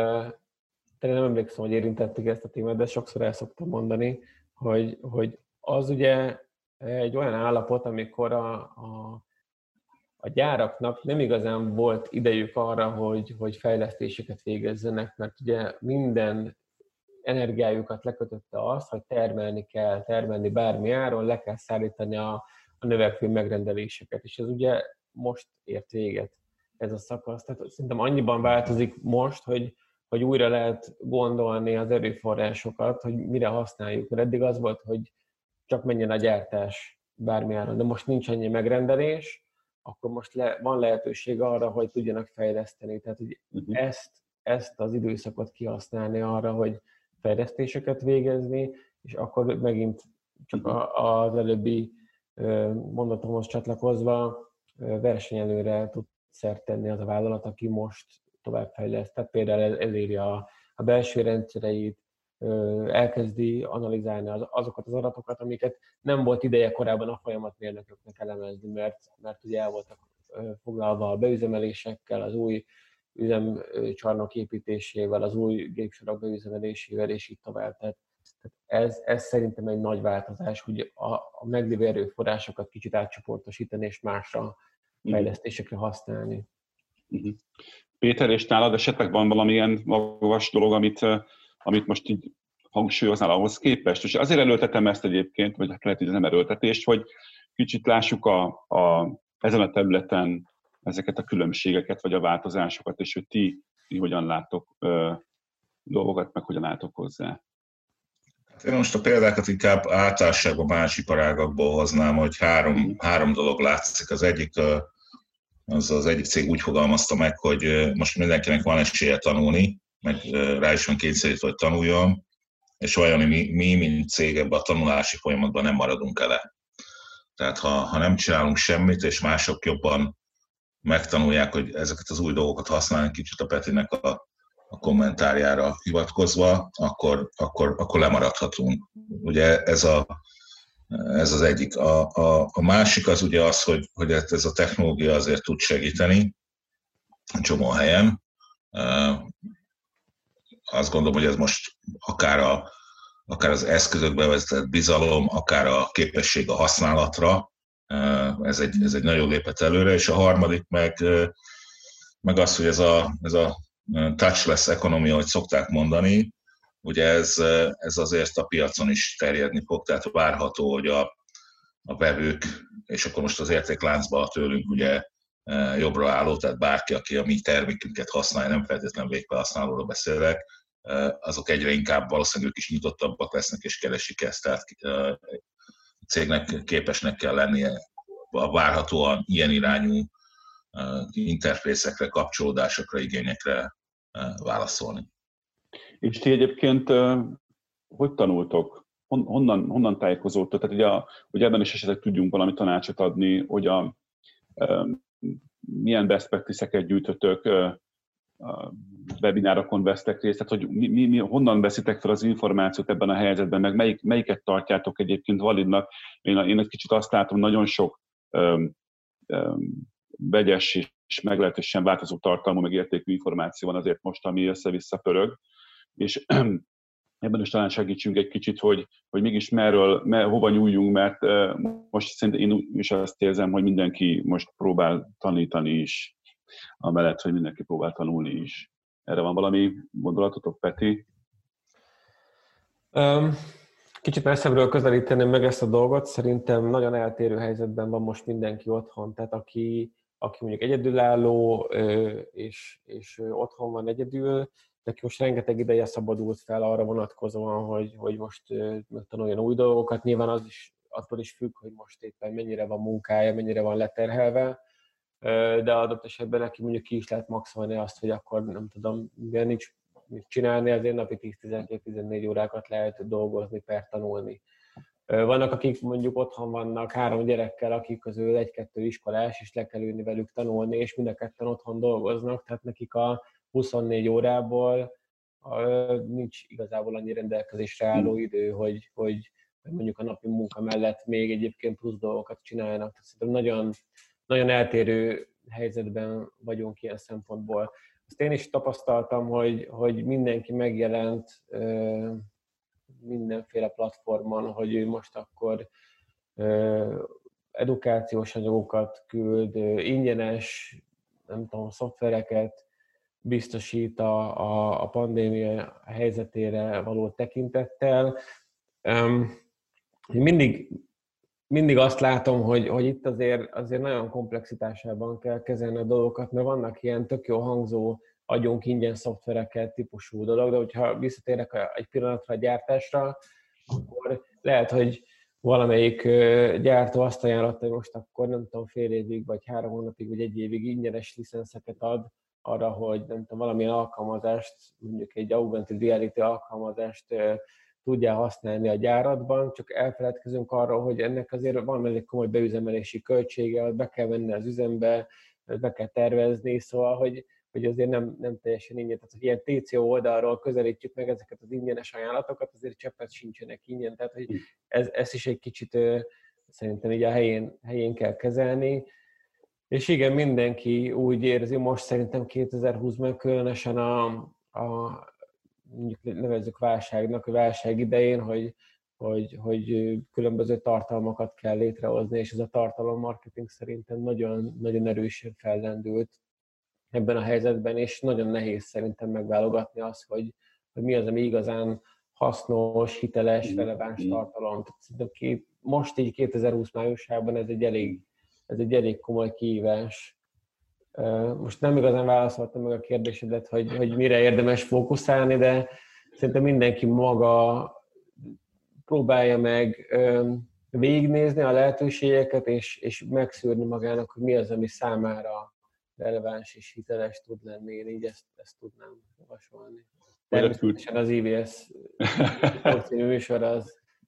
De nem emlékszem, hogy érintettük ezt a témát, de sokszor el szoktam mondani, hogy, hogy az ugye egy olyan állapot, amikor a, a, a gyáraknak nem igazán volt idejük arra, hogy, hogy fejlesztéseket végezzenek, mert ugye minden energiájukat lekötötte az, hogy termelni kell, termelni bármi áron, le kell szállítani a, a növekvő megrendeléseket, és ez ugye most ért véget, ez a szakasz. Tehát szerintem annyiban változik most, hogy, hogy újra lehet gondolni az erőforrásokat, hogy mire használjuk, mert eddig az volt, hogy csak menjen a gyártás bármi áron, de most nincs annyi megrendelés, akkor most le, van lehetőség arra, hogy tudjanak fejleszteni. Tehát hogy uh-huh. ezt, ezt az időszakot kihasználni arra, hogy fejlesztéseket végezni, és akkor megint csak az előbbi mondatomhoz csatlakozva versenyelőre tud szert tenni az a vállalat, aki most továbbfejleszt. Tehát például eléri a, a belső rendszereit, elkezdi analizálni az, azokat az adatokat, amiket nem volt ideje korábban a folyamatmérnököknek elemezni, mert, mert ugye el voltak foglalva a beüzemelésekkel, az új üzemcsarnok építésével, az új gépsorok beüzemelésével, és így tovább. Tehát, tehát ez, ez szerintem egy nagy változás, hogy a, a meglévő erőforrásokat kicsit átcsoportosítani, és másra fejlesztésekre használni. Péter, és nálad esetleg van valamilyen magas dolog, amit, amit most így hangsúlyoznál ahhoz képest? És azért erőltetem ezt egyébként, vagy lehet, hogy ez nem erőltetés, hogy kicsit lássuk a, a, ezen a területen ezeket a különbségeket, vagy a változásokat, és hogy ti, ti hogyan látok ö, dolgokat, meg hogyan álltok hozzá. Én most a példákat inkább általánosságban más iparágakból hoznám, hogy három, három dolog látszik. Az egyik, az, az egyik cég úgy fogalmazta meg, hogy most mindenkinek van esélye tanulni, meg rá is van kényszerítve, hogy tanuljon, és vajon mi, mi, mint cég ebben a tanulási folyamatban nem maradunk ele. Tehát ha, ha nem csinálunk semmit, és mások jobban megtanulják, hogy ezeket az új dolgokat használni, kicsit a Petinek a, a kommentárjára hivatkozva, akkor, akkor, akkor lemaradhatunk. Ugye ez, a, ez az egyik. A, a, a másik az ugye az, hogy, hogy ez a technológia azért tud segíteni csomó helyen. Azt gondolom, hogy ez most akár, a, akár az eszközökbe vezetett bizalom, akár a képesség a használatra, ez egy, ez egy nagyon lépett előre, és a harmadik meg, meg az, hogy ez a, ez a touchless economy, ahogy szokták mondani, ugye ez, ez azért a piacon is terjedni fog, tehát várható, hogy a, a vevők, és akkor most az értékláncban tőlünk ugye jobbra álló, tehát bárki, aki a mi termékünket használja, nem feltétlenül végfelhasználóról beszélek, azok egyre inkább valószínűleg ők is nyitottabbak lesznek és keresik ezt, tehát a cégnek képesnek kell lennie a várhatóan ilyen irányú interfészekre, kapcsolódásokra, igényekre válaszolni. És ti egyébként hogy tanultok? Honnan, honnan tájékozódtok? Tehát ugye, ugye ebben is esetleg tudjunk valami tanácsot adni, hogy a, milyen best practice-eket gyűjtötök, webinárokon vesztek részt, tehát hogy mi, mi, mi, honnan veszitek fel az információt ebben a helyzetben, meg melyik, melyiket tartjátok egyébként validnak. Én, én egy kicsit azt látom, nagyon sok öm, öm, vegyes és meglehetősen változó tartalmú, meg értékű információ van azért most, ami össze-vissza pörög, és ebben is talán segítsünk egy kicsit, hogy, hogy mégis merről, mer, hova nyúljunk, mert uh, most szerintem én is azt érzem, hogy mindenki most próbál tanítani is, amellett, hogy mindenki próbál tanulni is. Erre van valami gondolatotok, Peti? Um, kicsit messzebbről közelíteném meg ezt a dolgot. Szerintem nagyon eltérő helyzetben van most mindenki otthon. Tehát aki, aki mondjuk egyedülálló és, és otthon van egyedül, neki most rengeteg ideje szabadult fel arra vonatkozóan, hogy, hogy most megtanuljon új dolgokat. Nyilván az is attól is függ, hogy most éppen mennyire van munkája, mennyire van leterhelve, de adott esetben neki mondjuk ki is lehet maxolni azt, hogy akkor nem tudom, mivel nincs mit csinálni, azért napi tíz-tizenkét-tizennégy órákat lehet dolgozni, per tanulni. Vannak, akik mondjuk otthon vannak három gyerekkel, akik közül egy-kettő iskolás, és le kell ülni velük tanulni, és mind a ketten otthon dolgoznak, tehát nekik a huszonnégy órából nincs igazából annyi rendelkezésre álló idő, hogy, hogy mondjuk a napi munka mellett még egyébként plusz dolgokat csináljanak. Tehát szerintem nagyon, nagyon eltérő helyzetben vagyunk ilyen szempontból. Azt én is tapasztaltam, hogy, hogy mindenki megjelent mindenféle platformon, hogy ő most akkor edukációs anyagokat küld, ingyenes, nem tudom, szoftvereket biztosít a, a, a pandémia helyzetére való tekintettel. Mindig, mindig azt látom, hogy, hogy itt azért, azért nagyon komplexitásában kell kezelni a dolgokat, mert vannak ilyen tök jó hangzó, adjunk ingyen szoftvereket típusú dolog, de hogyha visszatérek egy pillanatra a gyártásra, akkor lehet, hogy valamelyik gyártó azt ajánlotta, hogy most akkor nem tudom, fél évig, vagy három hónapig, vagy egy évig ingyenes licenszeket ad arra, hogy nem tudom, valamilyen alkalmazást, mondjuk egy augmented reality alkalmazást tudjál használni a gyáratban, csak elfeledkezünk arról, hogy ennek azért van egy komoly beüzemelési költsége, be kell venni az üzembe, be kell tervezni, szóval, hogy, hogy azért nem, nem teljesen ingyen. Tehát, hogy ilyen té cé o oldalról közelítjük meg ezeket az ingyenes ajánlatokat, azért cseppet sincsenek ingyen, tehát hogy ez, ezt is egy kicsit szerintem így a helyén, helyén kell kezelni. És igen, mindenki úgy érzi most szerintem kétezer-húszban, különösen a, a mondjuk nevezzük válságnak, a válság idején, hogy, hogy, hogy különböző tartalmakat kell létrehozni, és ez a tartalommarketing szerintem nagyon, nagyon erősen fellendült ebben a helyzetben, és nagyon nehéz szerintem megválogatni azt, hogy, hogy mi az, ami igazán hasznos, hiteles, releváns tartalom. Tehát most így kétezer-húsz májusában ez egy elég, ez egy elég komoly kihívás. Most nem igazán válaszoltam meg a kérdésedet, hogy, hogy mire érdemes fókuszálni, de szerintem mindenki maga próbálja meg végignézni a lehetőségeket, és, és megszűrni magának, hogy mi az, ami számára releváns és hiteles tud lenni. Én így ezt, ezt tudnám javasolni. Természetesen az i vé es című műsor az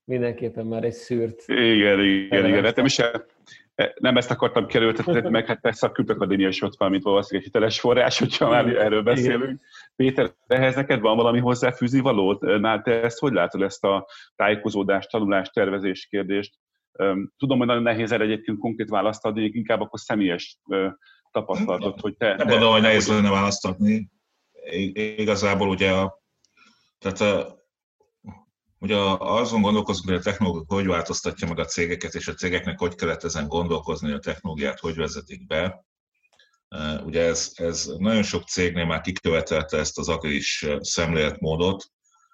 mindenképpen már egy szűrt. Igen, igen, igen. Hát nem, is, nem ezt akartam kerültetni, meg hát persze a Kriptakadémia is ott van, mint valószínűleg egy hiteles forrás, hogyha már erről beszélünk. Igen. Péter, ehhez neked van valami hozzáfűzni valót? Na, te ezt hogy látod, ezt a tájékozódás, tanulás, tervezés kérdést? Tudom, hogy nagyon nehéz erre egyébként konkrét választ adni, inkább akkor személyes tapasztalatot, hogy te... Nem mondom, hogy nehéz lenne választ adni. Igazából ugye, a, tehát a, ugye azon gondolkozunk, hogy a technológia hogy változtatja meg a cégeket, és a cégeknek hogy kellett ezen gondolkozni, hogy a technológiát hogy vezetik be. Ugye ez, ez nagyon sok cégnél már kikövetelte ezt az agilis szemléletmódot.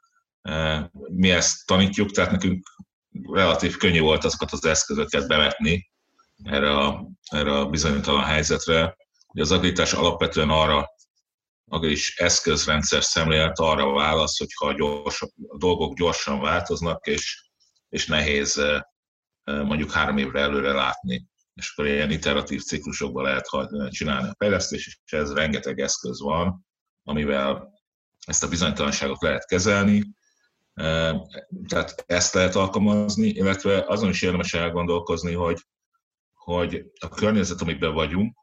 Mi ezt tanítjuk, tehát nekünk relatív könnyű volt azokat az eszközöket bevetni erre a, erre a bizonytalan helyzetre. Ugye az agilitás alapvetően arra, agilis eszközrendszer szemlélet arra válasz, hogyha gyors, a dolgok gyorsan változnak, és, és nehéz mondjuk három évre előre látni. És akkor ilyen iteratív ciklusokban lehet csinálni a fejlesztést, és ez rengeteg eszköz van, amivel ezt a bizonytalanságot lehet kezelni. Tehát ezt lehet alkalmazni, illetve azon is érdemes elgondolkozni, hogy, hogy a környezet, amiben vagyunk,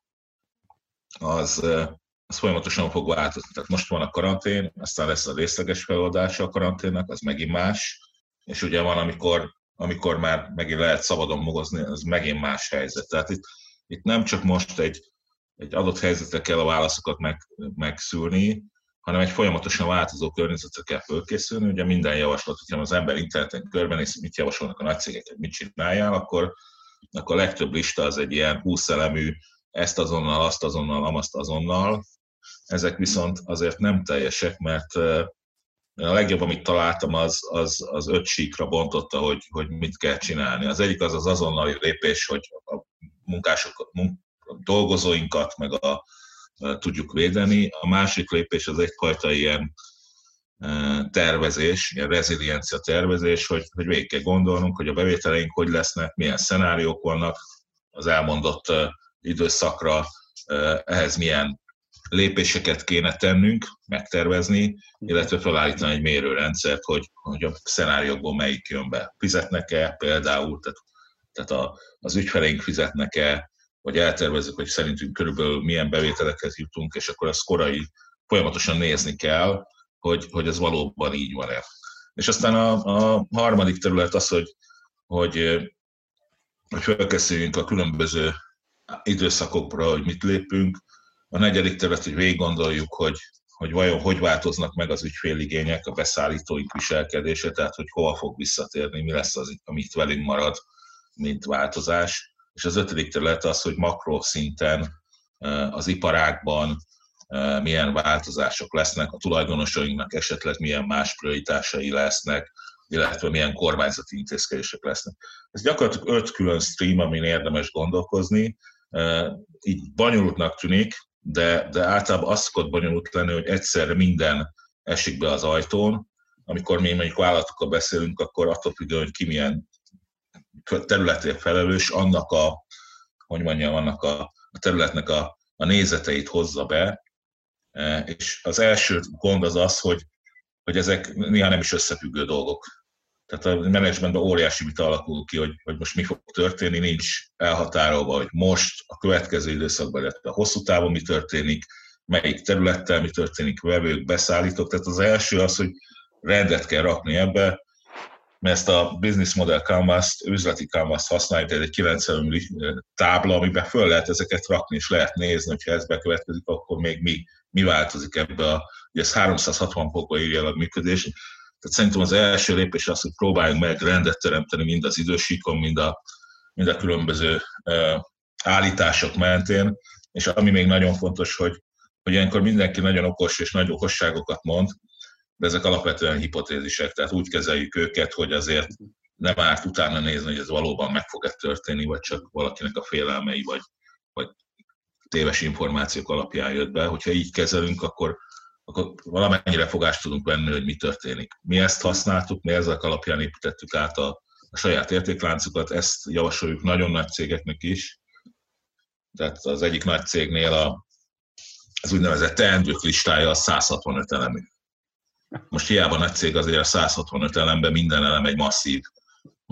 az, az folyamatosan fog változni. Tehát most van a karantén, aztán lesz a részleges feloldása a karanténnak, az megint más, és ugye van, amikor, amikor már megint lehet szabadon mogozni, az megint más helyzet. Tehát itt, itt nem csak most egy, egy adott helyzetre kell a válaszokat meg, megszűrni, hanem egy folyamatosan változó környezetre kell fölkészülni. Ugye minden javaslat, hogyha az ember interneten körbenéz, mit javasolnak a nagy cégek, mit csináljál, akkor, akkor a legtöbb lista az egy ilyen húsz elemű, ezt azonnal, azt azonnal, amazt azonnal. Ezek viszont azért nem teljesek, mert a legjobb, amit találtam, az, az, az öt síkra bontotta, hogy, hogy mit kell csinálni. Az egyik az az azonnali lépés, hogy a munkások, a dolgozóinkat, meg a tudjuk védeni. A másik lépés az egyfajta ilyen tervezés, ilyen reziliencia tervezés, hogy, hogy végig kell gondolnunk, hogy a bevételeink hogy lesznek, milyen szenáriók vannak az elmondott időszakra, ehhez milyen lépéseket kéne tennünk, megtervezni, illetve felállítani egy mérőrendszert, hogy, hogy a szenáriókból melyik jön be. Fizetnek-e például, tehát, tehát a, az ügyfeleink fizetnek-e, vagy eltervezzük, hogy szerintünk körülbelül milyen bevételekhez jutunk, és akkor azt korai folyamatosan nézni kell, hogy, hogy ez valóban így van-e. És aztán a, a harmadik terület az, hogy, hogy, hogy felkészüljünk a különböző időszakokra, hogy mit lépünk. A negyedik terület, hogy végig gondoljuk, hogy, hogy vajon hogy változnak meg az ügyféligények, a beszállítóink viselkedése, tehát hogy hova fog visszatérni, mi lesz az, amit velünk marad, mint változás. És az ötödik terület az, hogy makroszinten az iparágban milyen változások lesznek, a tulajdonosainknak esetleg milyen más prioritásai lesznek, illetve milyen kormányzati intézkedések lesznek. Ez gyakorlatilag öt külön stream, amin érdemes gondolkozni. Így bonyolultnak tűnik, de, de általában az szokott bonyolult lenni, hogy egyszerre minden esik be az ajtón. Amikor mi mondjuk vállalatokkal beszélünk, akkor attól függően, hogy ki milyen területért felelős, annak a, hogy mondjam, annak a, a területnek a, a nézeteit hozza be. És az első gond az az, hogy, hogy ezek néha nem is összefüggő dolgok. Tehát a menedzsmentben óriási vita alakul ki, hogy, hogy most mi fog történni, nincs elhatárolva, hogy most, a következő időszakban, illetve a hosszú távon mi történik, melyik területtel mi történik, vevők, beszállítók. Tehát az első az, hogy rendet kell rakni ebbe, mert ezt a business model canvas-t, üzleti canvas-t használjuk, ez egy kilenc elemű tábla, amiben föl lehet ezeket rakni, és lehet nézni, hogyha ez bekövetkezik, akkor még mi, mi változik ebbe a, ugye ez háromszázhatvan fokba írja el a működés. Tehát szerintem az első lépés az, hogy próbáljunk meg rendet teremteni mind az idősíkon, mind a, mind a különböző uh, állítások mentén, és ami még nagyon fontos, hogy, hogy ilyenkor mindenki nagyon okos és nagy okosságokat mond, de ezek alapvetően hipotézisek, tehát úgy kezeljük őket, hogy azért nem árt utána nézni, hogy ez valóban meg fog-e történni, vagy csak valakinek a félelmei, vagy, vagy téves információk alapján jött be. Hogyha így kezelünk, akkor, akkor valamennyire fogást tudunk venni, hogy mi történik. Mi ezt használtuk, mi ezek alapján építettük át a, a saját értékláncukat, ezt javasoljuk nagyon nagy cégeknek is. Tehát az egyik nagy cégnél a, az úgynevezett teendők listája a száz hatvanöt elemű. Most hiába nagy cég, azért a száz hatvanöt elemben minden elem egy masszív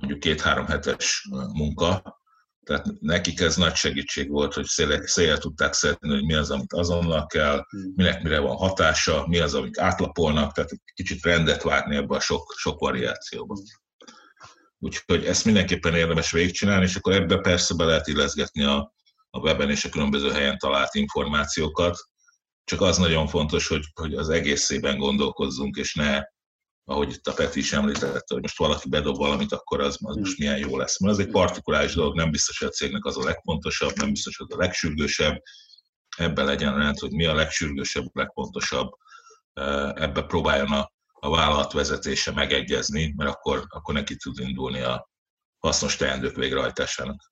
mondjuk két-három hetes munka, tehát nekik ez nagy segítség volt, hogy széjjel tudták szedni, hogy mi az, amit azonnal kell, minek mire van hatása, mi az, amik átlapolnak, tehát kicsit rendet várni ebben a sok, sok variációban. Úgyhogy ezt mindenképpen érdemes végigcsinálni, és akkor ebbe persze be lehet illeszgetni a, a weben és a különböző helyen talált információkat, csak az nagyon fontos, hogy, hogy az egészében gondolkozzunk, és ne, ahogy itt a Peti is említette, hogy most valaki bedob valamit, akkor az, az most milyen jó lesz. Mert az egy partikuláris dolog, nem biztos, hogy a cégnek az a legfontosabb, nem biztos, hogy a legsürgősebb. Ebben legyen rend, hogy mi a legsürgősebb, legfontosabb. Ebbe próbáljon a, a vállalat vezetése megegyezni, mert akkor, akkor neki tud indulni a hasznos teendők végrehajtásának.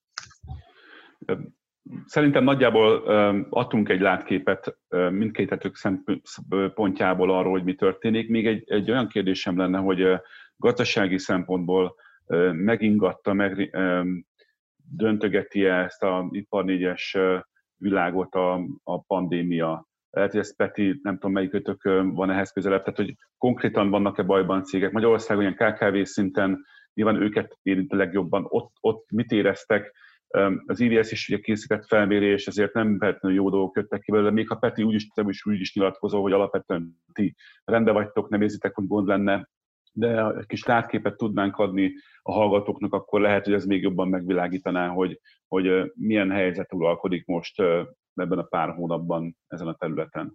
Szerintem nagyjából adtunk egy látképet mindkétetők szempontjából arról, hogy mi történik. Még egy, egy olyan kérdésem lenne, hogy gazdasági szempontból megingatta, meg döntögeti ezt az ipar négyes világot a, a pandémia. Lehet, hogy ez Peti, nem tudom melyikötök van ehhez közelebb, tehát hogy konkrétan vannak-e bajban cégek? Magyarországon ilyen ká ká vé szinten nyilván őket érint a legjobban, ott, ott mit éreztek? Az i vé es is ugye készített felmérés, ezért nem feltétlenül jó dolgok jöttek ki belőle, még ha Peti úgy is, is, úgy is nyilatkozol, hogy alapvetően ti rendben vagytok, nem érzitek, hogy gond lenne, de egy kis látképet tudnánk adni a hallgatóknak, akkor lehet, hogy ez még jobban megvilágítaná, hogy, hogy milyen helyzet uralkodik most ebben a pár hónapban ezen a területen.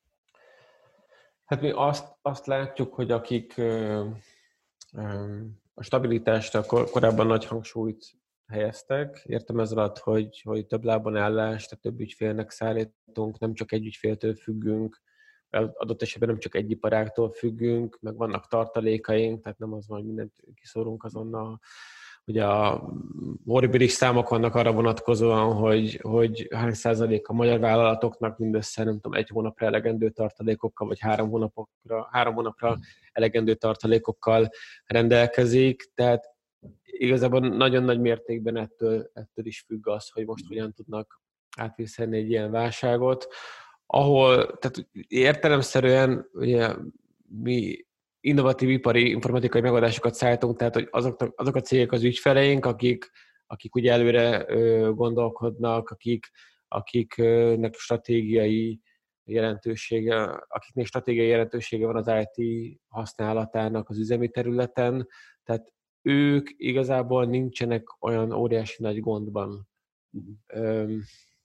Hát mi azt, azt látjuk, hogy akik ö, ö, a stabilitásra kor, korábban nagy hangsúlyt helyeztek. Értem ez alatt, hogy, hogy több lábon állás, tehát több ügyfélnek szállítunk, nem csak egy ügyféltől függünk, adott esetben nem csak egy iparágtól függünk, meg vannak tartalékaink, tehát nem az van, hogy mindent kiszórunk azonnal. Ugye a horribilis számok vannak arra vonatkozóan, hogy, hogy hány százalék a magyar vállalatoknak mindössze, nem tudom, egy hónapra elegendő tartalékokkal, vagy három hónapokra, három hónapra elegendő tartalékokkal rendelkezik, tehát igazából nagyon nagy mértékben ettől, ettől is függ az, hogy most hogyan tudnak átvészelni egy ilyen válságot, ahol, tehát értelemszerűen ugye, mi innovatív ipari informatikai megoldásokat szállítunk, tehát hogy azok, azok a cégek az ügyfeleink, akik, akik ugye előre ö, gondolkodnak, akik, akiknek stratégiai jelentősége, akiknek stratégiai jelentősége van az i té használatának az üzemi területen, tehát ők igazából nincsenek olyan óriási nagy gondban. Öm,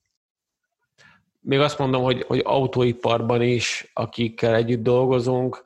még azt mondom, hogy, hogy autóiparban is, akikkel együtt dolgozunk,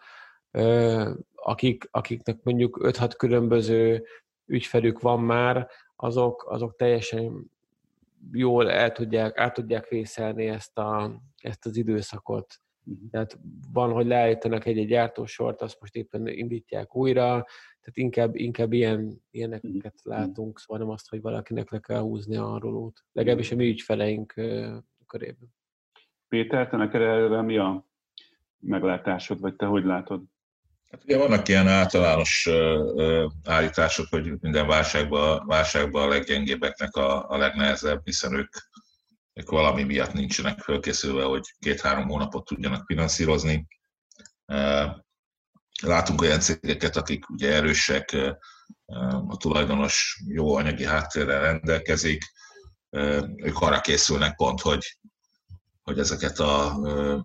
akik, akiknek mondjuk öt-hat különböző ügyfelük van már, azok, azok teljesen jól el tudják, át tudják vészelni ezt, a, ezt az időszakot. Tehát van, hogy leállítanak egy-egy gyártósort, azt most éppen indítják újra, tehát inkább, inkább ilyen, ilyeneket látunk, szóval nem azt, hogy valakinek le kell húzni a rolót. Legalábbis a mi ügyfeleink körében. Péter, te neked erre mi a meglátásod, vagy te hogy látod? Hát ugye vannak ilyen általános uh, állítások, hogy minden válságban, válságban a leggyengébbeknek a, a legnehezebb, hiszen ők, ők valami miatt nincsenek fölkészülve, hogy két-három hónapot tudjanak finanszírozni. Uh, látunk olyan cégeket, akik ugye erősek, uh, a tulajdonos jó anyagi háttérrel rendelkezik, uh, ők arra készülnek pont, hogy, hogy ezeket a uh,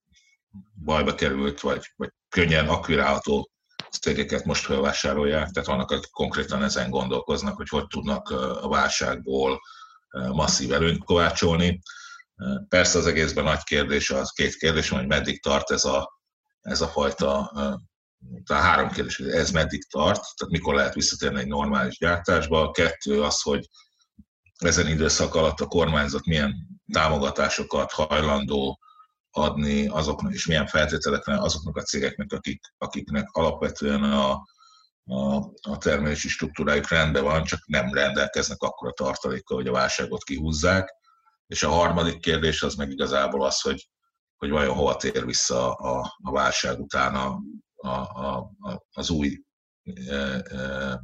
bajba került, vagy, vagy könnyen akvirálható cégeket most felvásárolják, tehát vannak, akik konkrétan ezen gondolkoznak, hogy hogy tudnak a válságból masszív előnyt kovácsolni. Persze az egészben nagy kérdés, az két kérdés, hogy meddig tart ez a, ez a fajta, tehát három kérdés, hogy ez meddig tart, tehát mikor lehet visszatérni egy normális gyártásba. Kettő az, hogy ezen időszak alatt a kormányzat milyen támogatásokat hajlandó adni azoknak, és milyen feltételeknek azoknak a cégeknek, akik, akiknek alapvetően a, a, a termelési struktúrájuk rendben van, csak nem rendelkeznek akkora tartalékkal, hogy a válságot kihúzzák. És a harmadik kérdés az meg igazából az, hogy, hogy vajon hova tér vissza a, a válság után a, a, a, az új e, e,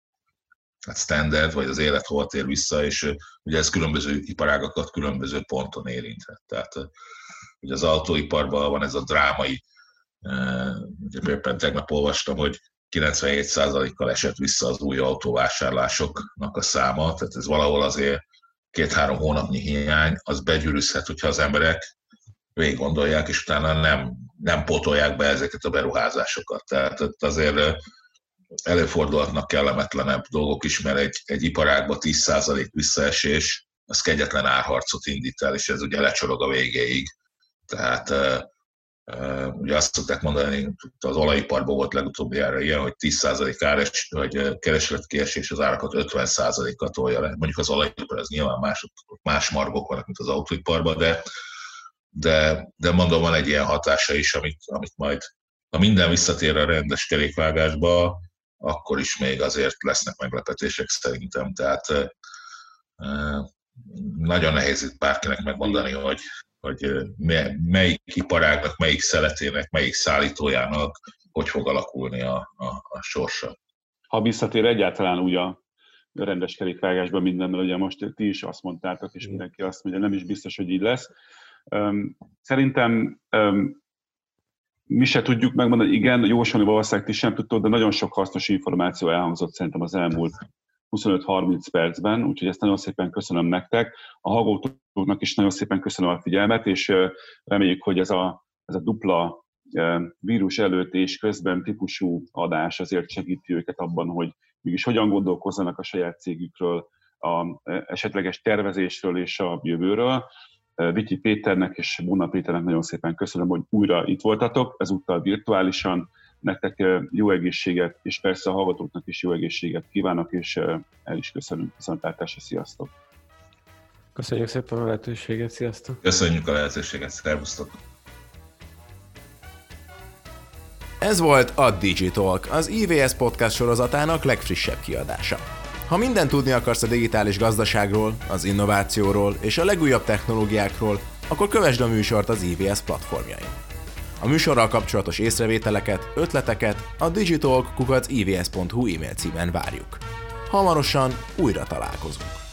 standard, vagy az élet hova tér vissza, és ugye ez különböző iparágakat különböző ponton érinthet. Tehát ugye az autóiparban van ez a drámai, ugye éppen tegnap olvastam, hogy kilencvenhét százalékkal esett vissza az új autóvásárlásoknak a száma, tehát ez valahol azért két-három hónapnyi hiány, az begyűrűzhet, hogyha az emberek végig gondolják, és utána nem, nem pótolják be ezeket a beruházásokat. Tehát azért előfordulhatnak kellemetlenebb dolgok is, mert egy, egy iparágban tíz százalék visszaesés, az kegyetlen árharcot indít el, és ez ugye lecsorog a végéig. Tehát ugye azt szokták mondani, az olajiparban volt legutóbbi ára ilyen, hogy tíz százalék áres, vagy keresletkiesés az árakat ötven százalékkal tolja le. Mondjuk az olajipar, az nyilván más, más margok vannak, mint az autóiparban, de, de, de mondom, van egy ilyen hatása is, amit, amit majd, ha minden visszatér a rendes kerékvágásba, akkor is még azért lesznek meglepetések szerintem. Tehát nagyon nehéz itt bárkinek megmondani, hogy hogy melyik iparágnak, melyik szeletének, melyik szállítójának hogy fog alakulni a, a, a sorsa. Ha visszatér egyáltalán úgy a rendes kerékvágásban mindenben, ugye most ti is azt mondtátok, és mindenki azt mondja, nem is biztos, hogy így lesz. Szerintem mi se tudjuk megmondani, igen, jósolni valószínűleg ti sem tudtok, de nagyon sok hasznos információ elhangzott szerintem az elmúlt huszonöt-harminc percben, úgyhogy ezt nagyon szépen köszönöm nektek. A hallgatóknak is nagyon szépen köszönöm a figyelmet, és reméljük, hogy ez a, ez a dupla vírus előtt és közben típusú adás azért segíti őket abban, hogy mégis hogyan gondolkozzanak a saját cégükről, a esetleges tervezésről és a jövőről. Vityi Péternek és Bóna Péternek nagyon szépen köszönöm, hogy újra itt voltatok, ezúttal virtuálisan. Nektek jó egészséget, és persze a hallgatóknak is jó egészséget kívánok, és el is köszönünk. Viszontlátásra, sziasztok! Köszönjük szépen a lehetőséget, sziasztok! Köszönjük a lehetőséget, szervusztok! Ez volt a Digitalk, az i vé es Podcast sorozatának legfrissebb kiadása. Ha mindent tudni akarsz a digitális gazdaságról, az innovációról és a legújabb technológiákról, akkor kövesd a műsort az i vé es platformjain. A műsorral kapcsolatos észrevételeket, ötleteket a digitalk kukac i vé es pont hu e-mail címen várjuk. Hamarosan újra találkozunk.